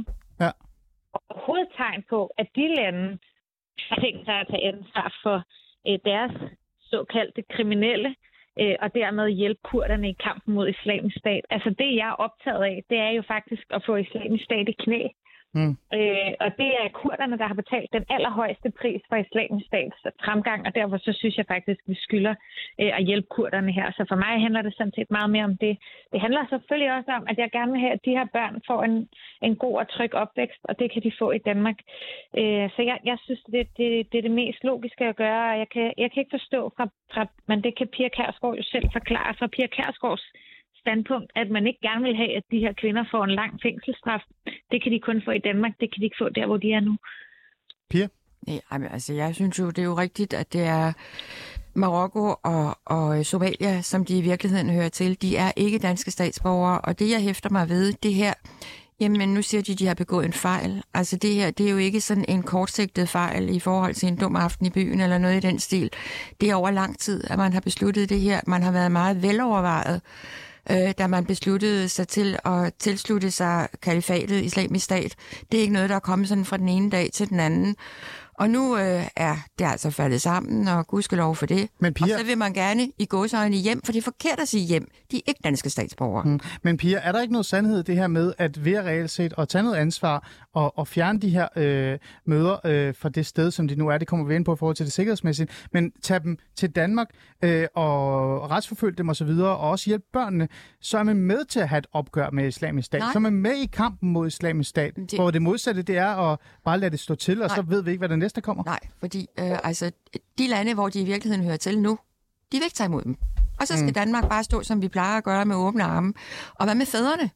hovedtegn på, at de lande har tænkt sig at tage ansvar for deres såkaldte kriminelle, og dermed hjælpe kurderne i kampen mod Islamisk Stat. Altså det, jeg er optaget af, det er jo faktisk at få Islamisk Stat i knæ. Og det er kurderne, der har betalt den allerhøjeste pris for Islamisk Stats fremgang, og derfor så synes jeg faktisk, vi skylder at hjælpe kurderne her. Så for mig handler det sådan set meget mere om det. Det handler selvfølgelig også om, at jeg gerne vil have, at de her børn får en god og tryg opvækst, og det kan de få i Danmark. Så jeg synes, det er det mest logiske at gøre, og jeg kan ikke forstå men det kan Pia Kjærsgaard jo selv forklare fra Pia Kjærsgaards standpunkt, at man ikke gerne vil have, at de her kvinder får en lang fængselsstraf. Det kan de kun få i Danmark, det kan de ikke få der, hvor de er nu. Pia? Nej, altså jeg synes jo, det er jo rigtigt, at det er Marokko og Somalia, som de i virkeligheden hører til. De er ikke danske statsborgere, og det jeg hæfter mig ved, det her, jamen nu siger de har begået en fejl. Altså det her, det er jo ikke sådan en kortsigtet fejl i forhold til en dum aften i byen eller noget i den stil. Det er over lang tid, at man har besluttet det her. Man har været meget velovervejet, da man besluttede sig til at tilslutte sig kalifatet, Islamisk Stat. Det er ikke noget, der er kommet sådan fra den ene dag til den anden. Og nu er det altså faldet sammen, og gudskelov for det. Men Pia... Og så vil man gerne i gåseøjne hjem, for det er forkert at sige hjem. De er ikke danske statsborgere. Men Pia, er der ikke noget sandhed i det her med, at ved at reelt set at tage noget ansvar og fjerne de her møder fra det sted, som de nu er, det kommer vi ind på i forhold til det sikkerhedsmæssige, men tage dem til Danmark og retsforfølge dem osv., og også hjælpe børnene, så er man med til at have et opgør med Islamisk Stat. Nej. Så er man med i kampen mod Islamisk Stat, hvor det modsatte det er at bare lade det stå til, og så ved vi ikke, hvad det næste kommer. Nej, fordi altså, de lande, hvor de i virkeligheden hører til nu, de vil ikke tage imod dem. Og så skal Danmark bare stå, som vi plejer at gøre, med åbne arme. Og hvad med fædrene?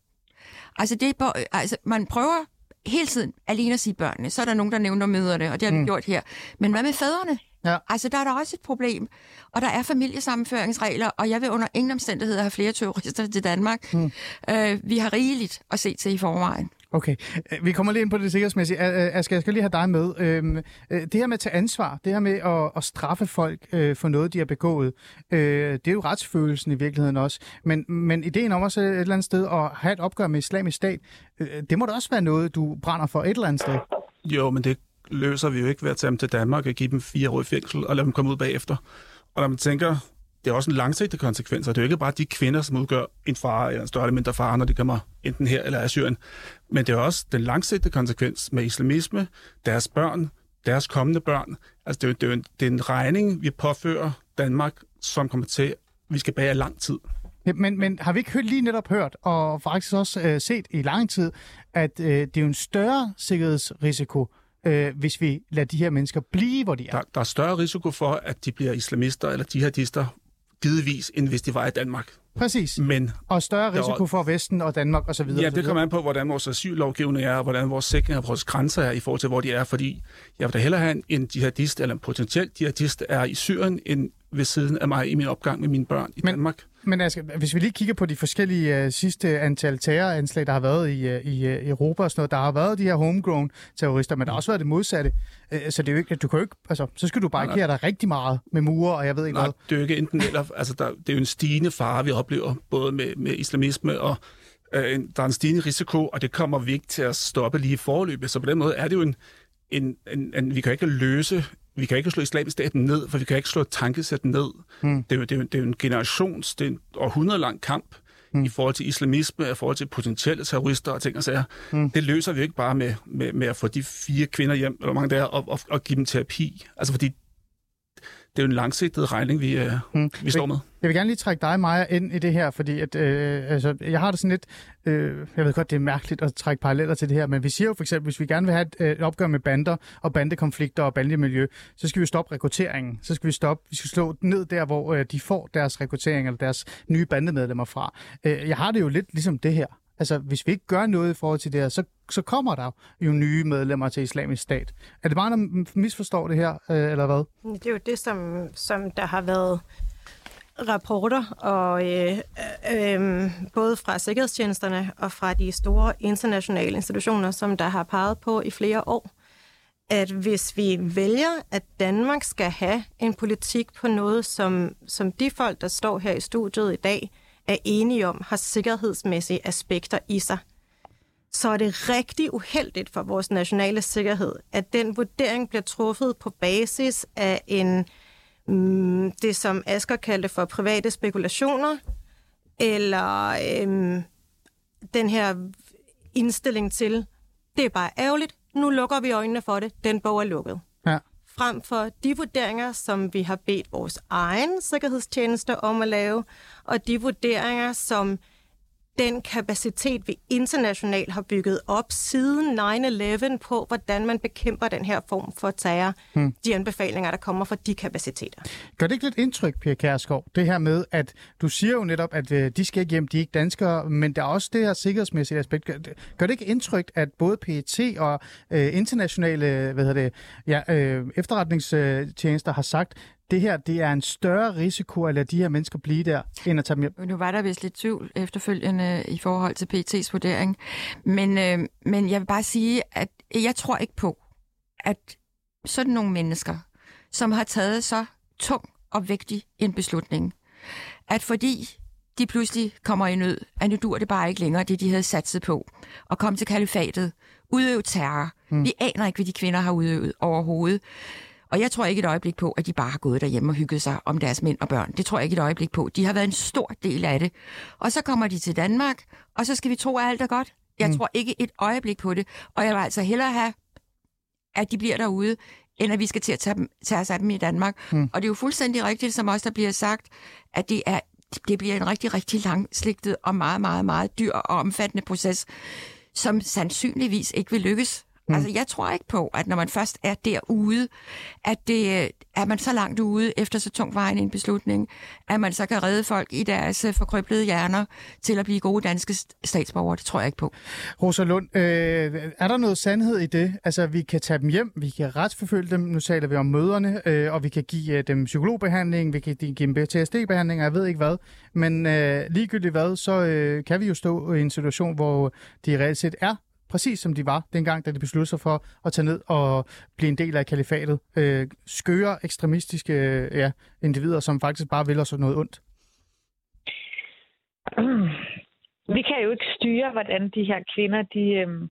Altså, man prøver hele tiden alene at sige børnene. Så er der nogen, der nævner mødrene, og det har vi gjort her. Men hvad med fædrene? Ja. Altså, der er der også et problem. Og der er familiesammenføringsregler, og jeg vil under ingen omstændigheder have flere terrorister til Danmark. Vi har rigeligt at se til i forvejen. Okay, vi kommer lige ind på det sikkerhedsmæssige. Asger, jeg skal lige have dig med. Det her med at tage ansvar, det her med at straffe folk for noget, de har begået, det er jo retsfølelsen i virkeligheden også. Men ideen om også et eller andet sted at have et opgør med Islamisk Stat, det må da også være noget, du brænder for et eller andet sted. Jo, men det løser vi jo ikke ved at tage dem til Danmark og give dem 4 år i fængsel og lade dem komme ud bagefter. Og når man tænker, det er også en langsigtet konsekvens, og det er jo ikke bare de kvinder, som udgør en fare eller en større eller mindre fare, når de kommer enten her eller af Syrien. Men det er også den langsigtede konsekvens med islamisme, deres børn, deres kommende børn. Altså det er en regning, vi påfører Danmark, som kommer til, vi skal bære lang tid. Men har vi ikke lige netop hørt, og faktisk også set i lang tid, at det er jo en større sikkerhedsrisiko, hvis vi lader de her mennesker blive, hvor de er? Der er større risiko for, at de bliver islamister eller jihadister, givetvis, end hvis de var i Danmark. Præcis. Og større risiko for Vesten og Danmark osv. Ja, det kommer an på, hvordan vores asyllovgivning er, og hvordan vores sikring af vores grænser er i forhold til, hvor de er. Fordi jeg vil da hellere have en jihadist, eller en potentiel jihadist, er i Syrien, end ved siden af mig i min opgang med mine børn i Danmark. Men altså, hvis vi lige kigger på de forskellige sidste antal terroranslag, der har været i Europa og sådan noget, der har været de her homegrown terrorister, men der har også været det modsatte. Så det er jo ikke, du kan jo ikke, altså, så skal du barrikere dig rigtig meget med mure, og jeg ved ikke hvad. Det er jo ikke enten eller, altså det er jo en stigende fare, vi oplever, både med islamisme og der er en stigende risiko, og det kommer vi ikke til at stoppe lige i forløbet. Så på den måde er det jo vi kan ikke løse. Vi kan ikke slå Islamisk Stat ned, for vi kan ikke slå et tankesæt ned. Det er jo en generations, det er en århundredlang kamp i forhold til islamisme, i forhold til potentielle terrorister og ting og sager. Det løser vi ikke bare med at få de 4 kvinder hjem, eller mange der, og give dem terapi. Altså fordi det er jo en langsigtet regning, vi står med. Jeg vil gerne lige trække dig, Maja, ind i det her, fordi at, altså, jeg har det sådan lidt... jeg ved godt, det er mærkeligt at trække paralleller til det her, men vi siger jo for eksempel, hvis vi gerne vil have et opgør med bander og bandekonflikter og bandemiljø, så skal vi stoppe rekrutteringen. Så skal vi skal slå ned der, hvor de får deres rekruttering eller deres nye bandemedlemmer fra. Jeg har det jo lidt ligesom det her. Altså, hvis vi ikke gør noget i forhold til det her, så kommer der jo nye medlemmer til Islamisk Stat. Er det bare, der misforstår det her, eller hvad? Det er jo det, som der har været rapporter, og både fra sikkerhedstjenesterne og fra de store internationale institutioner, som der har peget på i flere år, at hvis vi vælger, at Danmark skal have en politik på noget, som de folk, der står her i studiet i dag, er enige om, har sikkerhedsmæssige aspekter i sig, så er det rigtig uheldigt for vores nationale sikkerhed, at den vurdering bliver truffet på basis af det, som Asger kaldte for private spekulationer, eller den her indstilling til, det er bare ærgerligt, nu lukker vi øjnene for det, den bog er lukket. Ja. Frem for de vurderinger, som vi har bedt vores egen sikkerhedstjeneste om at lave, og de vurderinger, som den kapacitet, vi internationalt har bygget op siden 9/11 på, hvordan man bekæmper den her form for terror, de anbefalinger, der kommer fra de kapaciteter. Gør det ikke lidt indtryk, Pia Kjærsgaard, det her med, at du siger jo netop, at de skal ikke hjem, de er ikke danskere, men der er også det her sikkerhedsmæssige aspekt. Gør det ikke indtryk, at både PET og internationale efterretningstjenester har sagt, det her, det er en større risiko at lade de her mennesker blive der, end at tage dem hjem? Nu var der vist lidt tvivl efterfølgende i forhold til PET's vurdering. Men jeg vil bare sige, at jeg tror ikke på, at sådan nogle mennesker, som har taget så tung og vigtig en beslutning, at fordi de pludselig kommer i nød, at nu dur det bare ikke længere, det de havde satset på, og komme til kalifatet, udøve terror. Vi aner ikke, hvad de kvinder har udøvet overhovedet. Og jeg tror ikke et øjeblik på, at de bare har gået derhjemme og hygget sig om deres mænd og børn. Det tror jeg ikke et øjeblik på. De har været en stor del af det. Og så kommer de til Danmark, og så skal vi tro, at alt er godt. Jeg tror ikke et øjeblik på det. Og jeg vil altså hellere have, at de bliver derude, end at vi skal til at tage os af dem i Danmark. Og det er jo fuldstændig rigtigt, som også der bliver sagt, at det bliver en rigtig, rigtig langslægtet og meget, meget, meget dyr og omfattende proces, som sandsynligvis ikke vil lykkes. Altså, jeg tror ikke på, at når man først er derude, at er man så langt ude efter så tungtvejende en beslutning, at man så kan redde folk i deres forkrøblede hjerner til at blive gode danske statsborgere. Det tror jeg ikke på. Rosa Lund, er der noget sandhed i det? Altså, vi kan tage dem hjem, vi kan retsforfølge dem, nu taler vi om møderne, og vi kan give dem psykologbehandling, vi kan give dem PTSD-behandling, og jeg ved ikke hvad. Men ligegyldigt hvad, så kan vi jo stå i en situation, hvor de reelt set er præcis som de var dengang, da de besluttede sig for at tage ned og blive en del af kalifatet. Skøre, ekstremistiske individer, som faktisk bare vil os noget ondt. Vi kan jo ikke styre, hvordan de her kvinder de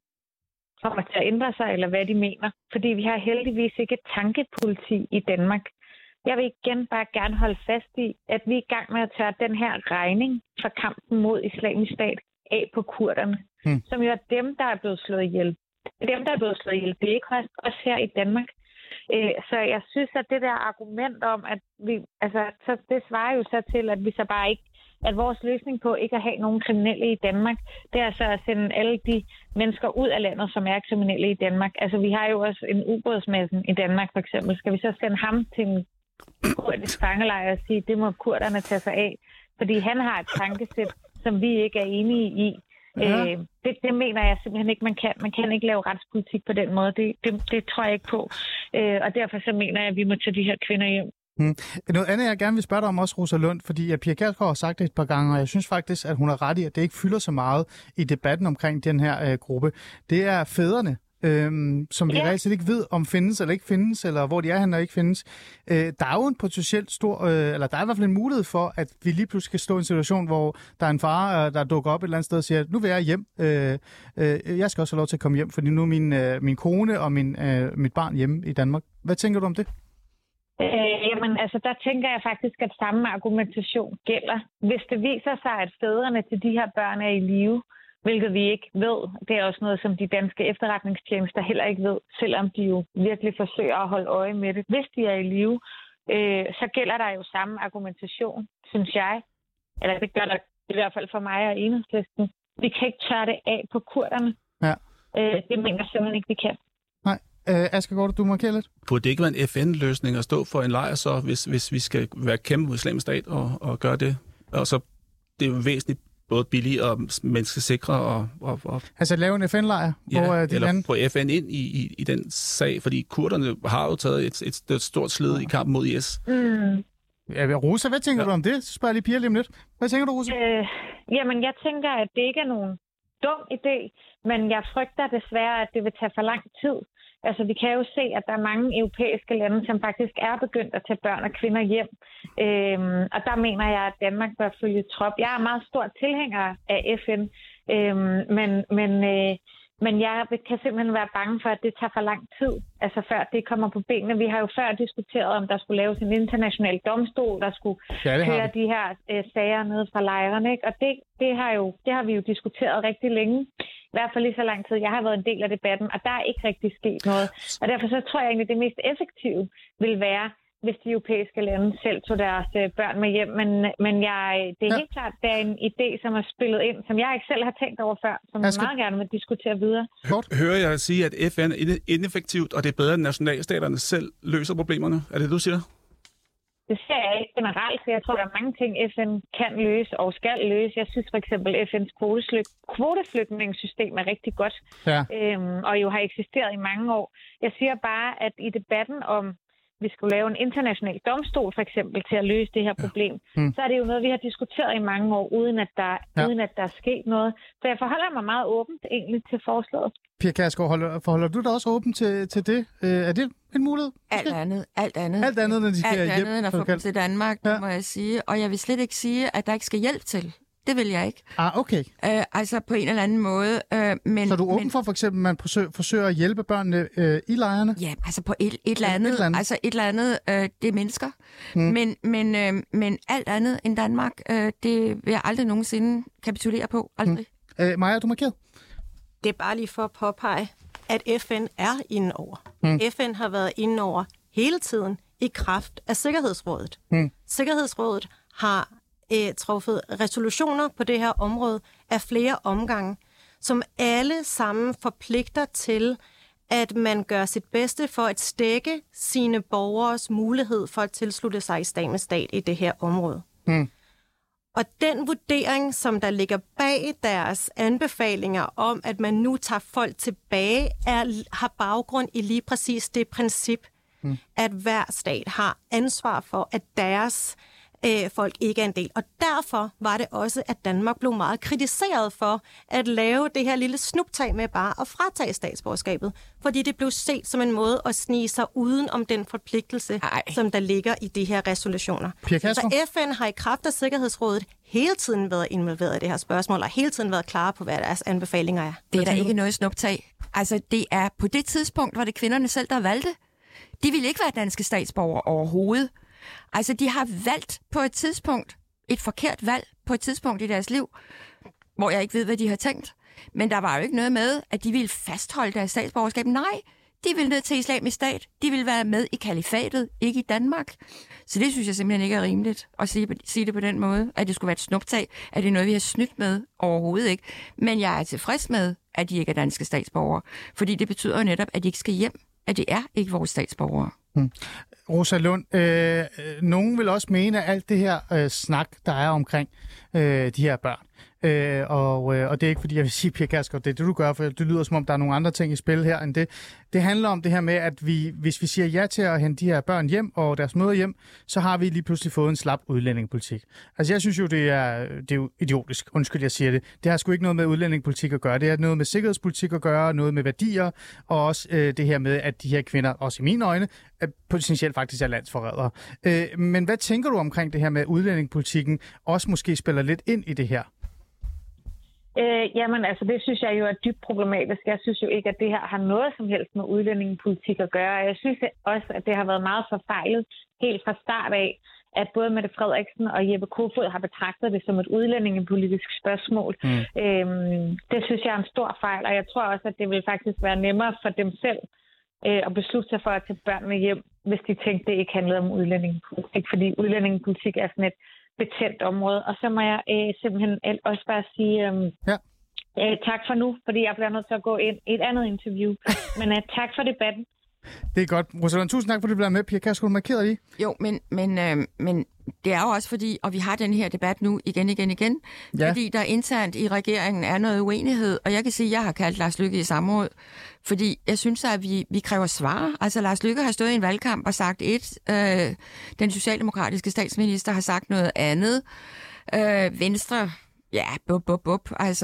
kommer til at ændre sig, eller hvad de mener. Fordi vi har heldigvis ikke et tankepoliti i Danmark. Jeg vil igen bare gerne holde fast i, at vi er i gang med at tørre den her regning for kampen mod Islamisk Stat af på kurderne, som jo er dem, der er blevet slået ihjel. Dem, der er blevet slået ihjel, det er ikke også her i Danmark. Så jeg synes, at det der argument om, at vi, altså, så det svarer jo så til, at vi så bare ikke, at vores løsning på ikke at have nogen kriminelle i Danmark, det er så at sende alle de mennesker ud af landet, som er kriminelle i Danmark. Altså, vi har jo også en ubådsmassen i Danmark, for eksempel. Skal vi så sende ham til en kurdisk fangelejr og sige, det må kurderne tage sig af? Fordi han har et tankesæt, som vi ikke er enige i. Ja. Det mener jeg simpelthen ikke, man kan. Man kan ikke lave retspolitik på den måde. Det tror jeg ikke på. Og derfor så mener jeg, at vi må tage de her kvinder hjem. Noget andet, jeg gerne vil spørge dig om også, Rosa Lund, fordi Pia Kjærsgaard har sagt det et par gange, og jeg synes faktisk, at hun har ret i, at det ikke fylder så meget i debatten omkring den her gruppe. Det er fædrene, som vi reelt set ikke ved, om findes eller ikke findes, eller hvor de er henne og ikke findes. Der er jo en potentielt stor, eller der er i hvert fald en mulighed for, at vi lige pludselig skal stå i en situation, hvor der er en far, der dukker op et eller andet sted og siger, nu vil jeg hjem. Jeg skal også have lov til at komme hjem, fordi nu er min kone og mit barn hjemme i Danmark. Hvad tænker du om det? Jamen, altså, der tænker jeg faktisk, at samme argumentation gælder. Hvis det viser sig, at fædrene til de her børn er i live, hvilket vi ikke ved. Det er også noget, som de danske efterretningstjenester heller ikke ved, selvom de jo virkelig forsøger at holde øje med det. Hvis de er i live, så gælder der jo samme argumentation, synes jeg. Eller det gør der i hvert fald for mig og Enhedslisten. Vi kan ikke tørre det af på kurderne. Ja. Det mener jeg simpelthen ikke, vi kan. Nej. Asger Gaard, du markerer lidt. Burde det ikke være en FN-løsning at stå for en lejr, så hvis vi skal være kæmpe mod Islamisk Stat og gøre det? Og så det er jo væsentligt både billige og menneskesikre og altså lave en FN-lejr? Ja, hvor eller få FN ind i den sag, fordi kurderne har jo taget et stort slid i kampen mod IS. Ja, Rosa, hvad tænker du om det? Så spørger jeg lige Pia lige om lidt. Hvad tænker du, Rosa? Jamen, jeg tænker, at det ikke er nogen dum idé, men jeg frygter desværre, at det vil tage for lang tid. Altså, vi kan jo se, at der er mange europæiske lande, som faktisk er begyndt at tage børn og kvinder hjem. Og der mener jeg, at Danmark bør følge trop. Jeg er meget stor tilhænger af FN, men jeg kan simpelthen være bange for, at det tager for lang tid, altså før det kommer på benene. Vi har jo før diskuteret, om der skulle laves en international domstol, der skulle køre de her sager ned fra lejrene, ikke? Og det har vi jo diskuteret rigtig længe. I hvert fald lige så lang tid. Jeg har været en del af debatten, og der er ikke rigtig sket noget. Og derfor så tror jeg egentlig, at det mest effektive vil være, hvis de europæiske lande selv tog deres børn med hjem. Men det er helt klart, det er en idé, som er spillet ind, som jeg ikke selv har tænkt over før, som jeg meget gerne vil diskutere videre. Hører jeg sige, at FN er ineffektivt, og det er bedre, at nationalstaterne selv løser problemerne? Er det, du siger? Det ser jeg ikke generelt, så jeg tror, der er mange ting, FN kan løse og skal løse. Jeg synes for eksempel, FN's kvoteflygtningssystem er rigtig godt, og jo har eksisteret i mange år. Jeg siger bare, at i debatten om vi skulle lave en international domstol, for eksempel, til at løse det her problem, så er det jo noget, vi har diskuteret i mange år, uden at der er sket noget. Så jeg forholder mig meget åbent egentlig til forslaget. Pia Kjærsgaard, forholder du dig også åben til det? Er det en mulighed? Alt andet. Alt andet, når de skal hjem. Alt andet, end at få dem til Danmark, må jeg sige. Og jeg vil slet ikke sige, at der ikke skal hjælp til. Det vil jeg ikke. Okay. Altså på en eller anden måde. Men, så er du åben for eksempel, at man forsøger at hjælpe børnene i lejrene? Ja, altså på et eller andet. Altså et eller andet, det er mennesker. Men alt andet end Danmark, det vil jeg aldrig nogensinde kapitulere på. Aldrig. Maja, du markeret? Det er bare lige for at påpege, at FN er inde over. FN har været inde over hele tiden i kraft af Sikkerhedsrådet. Sikkerhedsrådet har truffet resolutioner på det her område af flere omgange, som alle sammen forpligter til, at man gør sit bedste for at stække sine borgeres mulighed for at tilslutte sig Islamisk Stat i det her område. Og den vurdering, som der ligger bag deres anbefalinger om, at man nu tager folk tilbage, har baggrund i lige præcis det princip, at hver stat har ansvar for, at deres folk ikke er en del. Og derfor var det også, at Danmark blev meget kritiseret for at lave det her lille snuptag med bare at fratage statsborgerskabet. Fordi det blev set som en måde at snige sig uden om den forpligtelse, som der ligger i de her resolutioner. Så FN har i kraft af Sikkerhedsrådet hele tiden været involveret i det her spørgsmål, og hele tiden været klar på, hvad deres anbefalinger er. Det er der ikke noget snuptag. Altså, det er på det tidspunkt, hvor det kvinderne selv, der valgte. De ville ikke være danske statsborgere overhovedet. Altså, de har valgt på et tidspunkt, et forkert valg på et tidspunkt i deres liv, hvor jeg ikke ved, hvad de har tænkt. Men der var jo ikke noget med, at de ville fastholde deres statsborgerskab. Nej, de ville ned til Islamisk Stat. De ville være med i kalifatet, ikke i Danmark. Så det synes jeg simpelthen ikke er rimeligt at sige det på den måde, at det skulle være et snuptag, at det er noget, vi har snydt med overhovedet ikke. Men jeg er tilfreds med, at de ikke er danske statsborgere, fordi det betyder jo netop, at de ikke skal hjem, at det er ikke vores statsborgere. Rosa Lund, nogen vil også mene, at alt det her snak, der er omkring de her børn, og det er ikke fordi, jeg vil sige, Pia Kjærsgaard, det er det, du gør, for det lyder som om, der er nogle andre ting i spil her end det. Det handler om det her med, at hvis vi siger ja til at hente de her børn hjem og deres mødre hjem, så har vi lige pludselig fået en slap udlændingepolitik. Altså jeg synes jo, det er jo idiotisk, undskyld, jeg siger det. Det har sgu ikke noget med udlændingepolitik at gøre. Det har noget med sikkerhedspolitik at gøre, noget med værdier, og også det her med, at de her kvinder, også i mine øjne, potentielt faktisk er landsforrædere. Men hvad tænker du omkring det her med udlændingepolitikken, også måske spiller lidt ind i det her? Jamen, altså, det synes jeg jo er dybt problematisk. Jeg synes jo ikke, at det her har noget som helst med udlændingepolitik at gøre. Jeg synes også, at det har været meget forfejlet helt fra start af, at både Mette Frederiksen og Jeppe Kofod har betragtet det som et udlændingepolitisk spørgsmål. Det synes jeg er en stor fejl, og jeg tror også, at det vil faktisk være nemmere for dem selv at beslutte sig for at tage børnene hjem, hvis de tænkte, det ikke handlede om udlændingepolitik, fordi udlændingepolitik er sådan et betændt område. Og så må jeg simpelthen også bare sige tak for nu, fordi jeg bliver nødt til at gå ind i et andet interview. Men tak for debatten. Det er godt. Rosalund, tusind tak, fordi du blev med. Pia Kjærsgaard, du markerede i. Jo, men det er jo også fordi, og vi har den her debat nu igen, fordi der internt i regeringen er noget uenighed, og jeg kan sige, at jeg har kaldt Lars Løkke i samråd, fordi jeg synes, at vi kræver svar. Altså, Lars Løkke har stået i en valgkamp og sagt et, den socialdemokratiske statsminister har sagt noget andet, Venstre Ja, bup. Altså,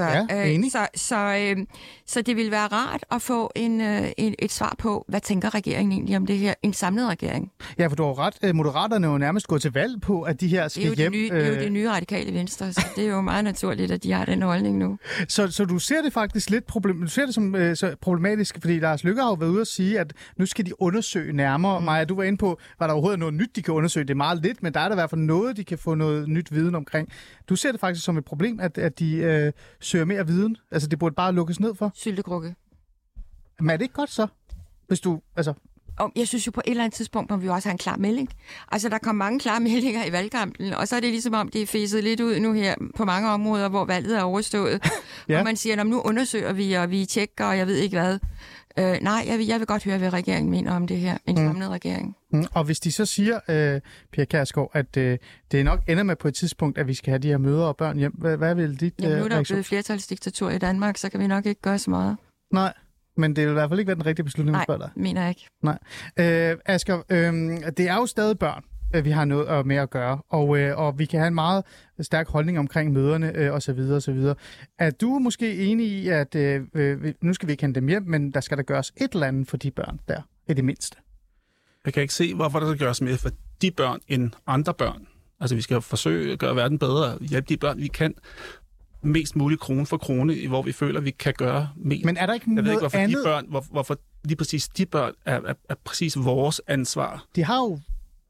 så det vil være rart at få et svar på, hvad tænker regeringen egentlig om det her? En samlet regering. Ja, for du har ret. Moderaterne er jo nærmest gået til valg på, at de her skal hjem. Det er jo det nye radikale venstre, så det er jo meget naturligt, at de har den holdning nu. Så du ser det faktisk lidt problematisk, fordi Lars Løkke har jo været ude at sige, at nu skal de undersøge nærmere. Maja, du var inde på, var der overhovedet noget nyt, de kan undersøge? Det er meget lidt, men der er der i hvert fald noget, de kan få noget nyt viden omkring. Du ser det faktisk som et problem, at de søger mere viden? Altså, det burde bare lukkes ned for? Syltekrukke. Men er det ikke godt så? Hvis du, altså... Og jeg synes jo på et eller andet tidspunkt, må vi også have en klar melding. Altså, der kom mange klare meldinger i valgkampen, og så er det ligesom om, det er fæset lidt ud nu her på mange områder, hvor valget er overstået. Ja. Og man siger, nu undersøger vi, og vi tjekker, og jeg ved ikke hvad. Nej, jeg vil godt høre, hvad regeringen mener om det her. En samlet regering. Og hvis de så siger, Pia Kjærsgaard, at det nok ender med på et tidspunkt, at vi skal have de her mødre og børn hjem, hvad vil dit nu er der blevet flertalsdiktatur i Danmark, så kan vi nok ikke gøre så meget. Nej, men det vil i hvert fald ikke være den rigtige beslutning, Nej, vi spørger dig. Mener jeg ikke. Nej. Asger, det er jo stadig børn, vi har noget med at gøre, og vi kan have en meget stærk holdning omkring møderne osv. Er du måske enig i, at nu skal vi ikke hente dem hjem, men der skal der gøres et eller andet for de børn der, i det mindste? Jeg kan ikke se, hvorfor der skal gøres mere for de børn end andre børn. Altså, vi skal forsøge at gøre verden bedre, hjælpe de børn, vi kan, mest muligt krone for krone, hvor vi føler, vi kan gøre mest. Men er der ikke noget hvorfor andet? De børn, hvorfor lige præcis de børn er præcis vores ansvar. De har jo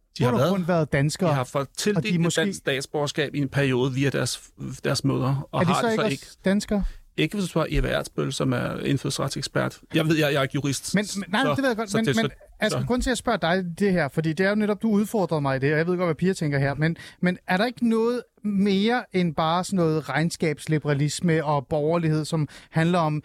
været danskere. De har fået tildelt måske... dansk statsborgerskab i en periode via deres mødre. Og er de har så ikke også danskere? Ikke hvis du spørger Eva Ertsbøl, som er indfødsretsekspert. Jeg er ikke jurist. Men det ved jeg godt. Men altså, grund til at spørge dig det her, fordi det er jo netop, du udfordrer mig i det, og jeg ved godt, hvad Pia tænker her, men er der ikke noget mere end bare sådan noget regnskabsliberalisme og borgerlighed, som handler om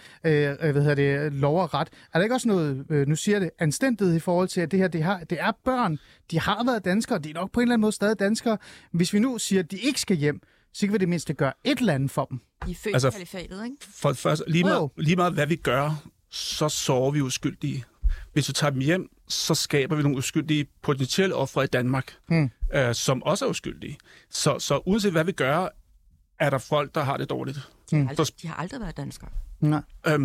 lov og ret? Er der ikke også noget, nu siger det, anstændighed i forhold til, at det her, det er børn, de har været danskere, de er nok på en eller anden måde stadig danskere. Hvis vi nu siger, at de ikke skal hjem, så kan vi det mindste gøre et eller andet for dem. De er født i kalifatet, ikke? For først, lige meget hvad vi gør, så sover vi uskyldige. Hvis vi tager dem hjem, så skaber vi nogle uskyldige potentielle ofre i Danmark, som også er uskyldige. Så uanset hvad vi gør, er der folk, der har det dårligt. De har aldrig været danskere. Nej.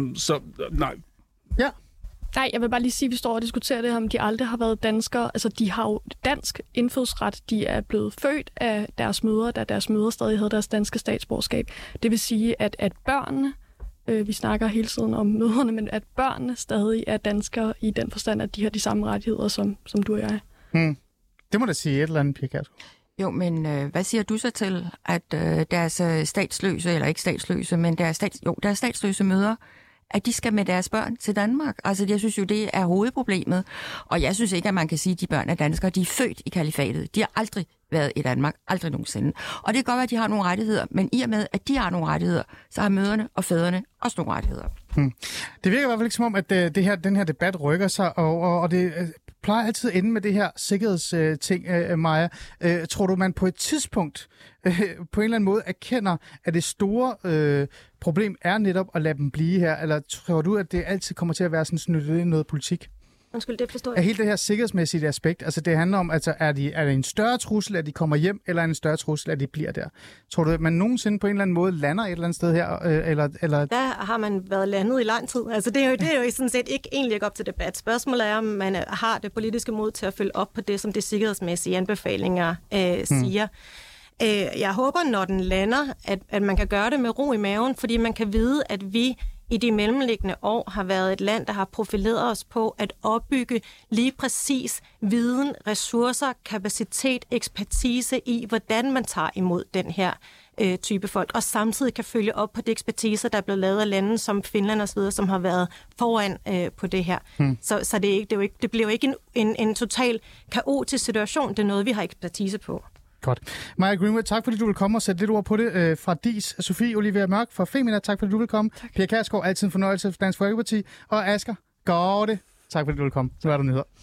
Nej. Ja. Nej, jeg vil bare lige sige, at vi står og diskuterer det her, om de aldrig har været danskere. Altså, de har jo dansk indfødsret. De er blevet født af deres mødre, da deres mødre stadig havde deres danske statsborgerskab. Det vil sige, at børnene, vi snakker hele tiden om mødrene, men at børnene stadig er danskere i den forstand, at de har de samme rettigheder, som du og jeg. Det må da sige et eller andet, Pia Kjærsgaard. Jo, men hvad siger du så til, at deres statsløse, eller ikke statsløse, men deres statsløse mødre, at de skal med deres børn til Danmark? Altså, jeg synes jo, det er hovedproblemet. Og jeg synes ikke, at man kan sige, at de børn er danskere. De er født i kalifatet. De har aldrig været i Danmark. Aldrig nogensinde. Og det kan godt være, at de har nogle rettigheder. Men i og med, at de har nogle rettigheder, så har mødrene og fædrene også nogle rettigheder. Det virker i hvert fald ikke som om, at den her debat rykker sig, og det plejer altid at ende med det her sikkerhedsting, Maja. Tror du, man på et tidspunkt på en eller anden måde erkender, at det store problem er netop at lade dem blive her? Eller tror du, at det altid kommer til at være sådan snyttet noget politik? Undskyld, det forstår jeg. Er hele det her sikkerhedsmæssige aspekt, altså det handler om, altså er det en større trussel, at de kommer hjem, eller en større trussel, at de bliver der? Tror du, at man nogensinde på en eller anden måde lander et eller andet sted her? Eller? Der har man været landet i lang tid. Altså det er jo sådan set ikke op til debat. Spørgsmålet er, om man har det politiske mod til at følge op på det, som de sikkerhedsmæssige anbefalinger siger. Jeg håber, når den lander, at man kan gøre det med ro i maven, fordi man kan vide, at vi i de mellemliggende år har været et land, der har profileret os på at opbygge lige præcis viden, ressourcer, kapacitet, ekspertise i, hvordan man tager imod den her type folk, og samtidig kan følge op på de ekspertiser, der er blevet lavet af lande som Finland osv., som har været foran på det her. Så det bliver jo ikke en total kaotisk situation. Det er noget, vi har ekspertise på. Godt. Maja Greenwood, tak fordi du vil komme og sætte lidt ord på det fra DIS. Sofie Olivia Mørk fra Femina, tak fordi du vil komme. Pia Kjærsgaard, altid en fornøjelse for Dansk Folkeparti. Og Asger, går det. Tak fordi du vil komme. Så er der nyheder.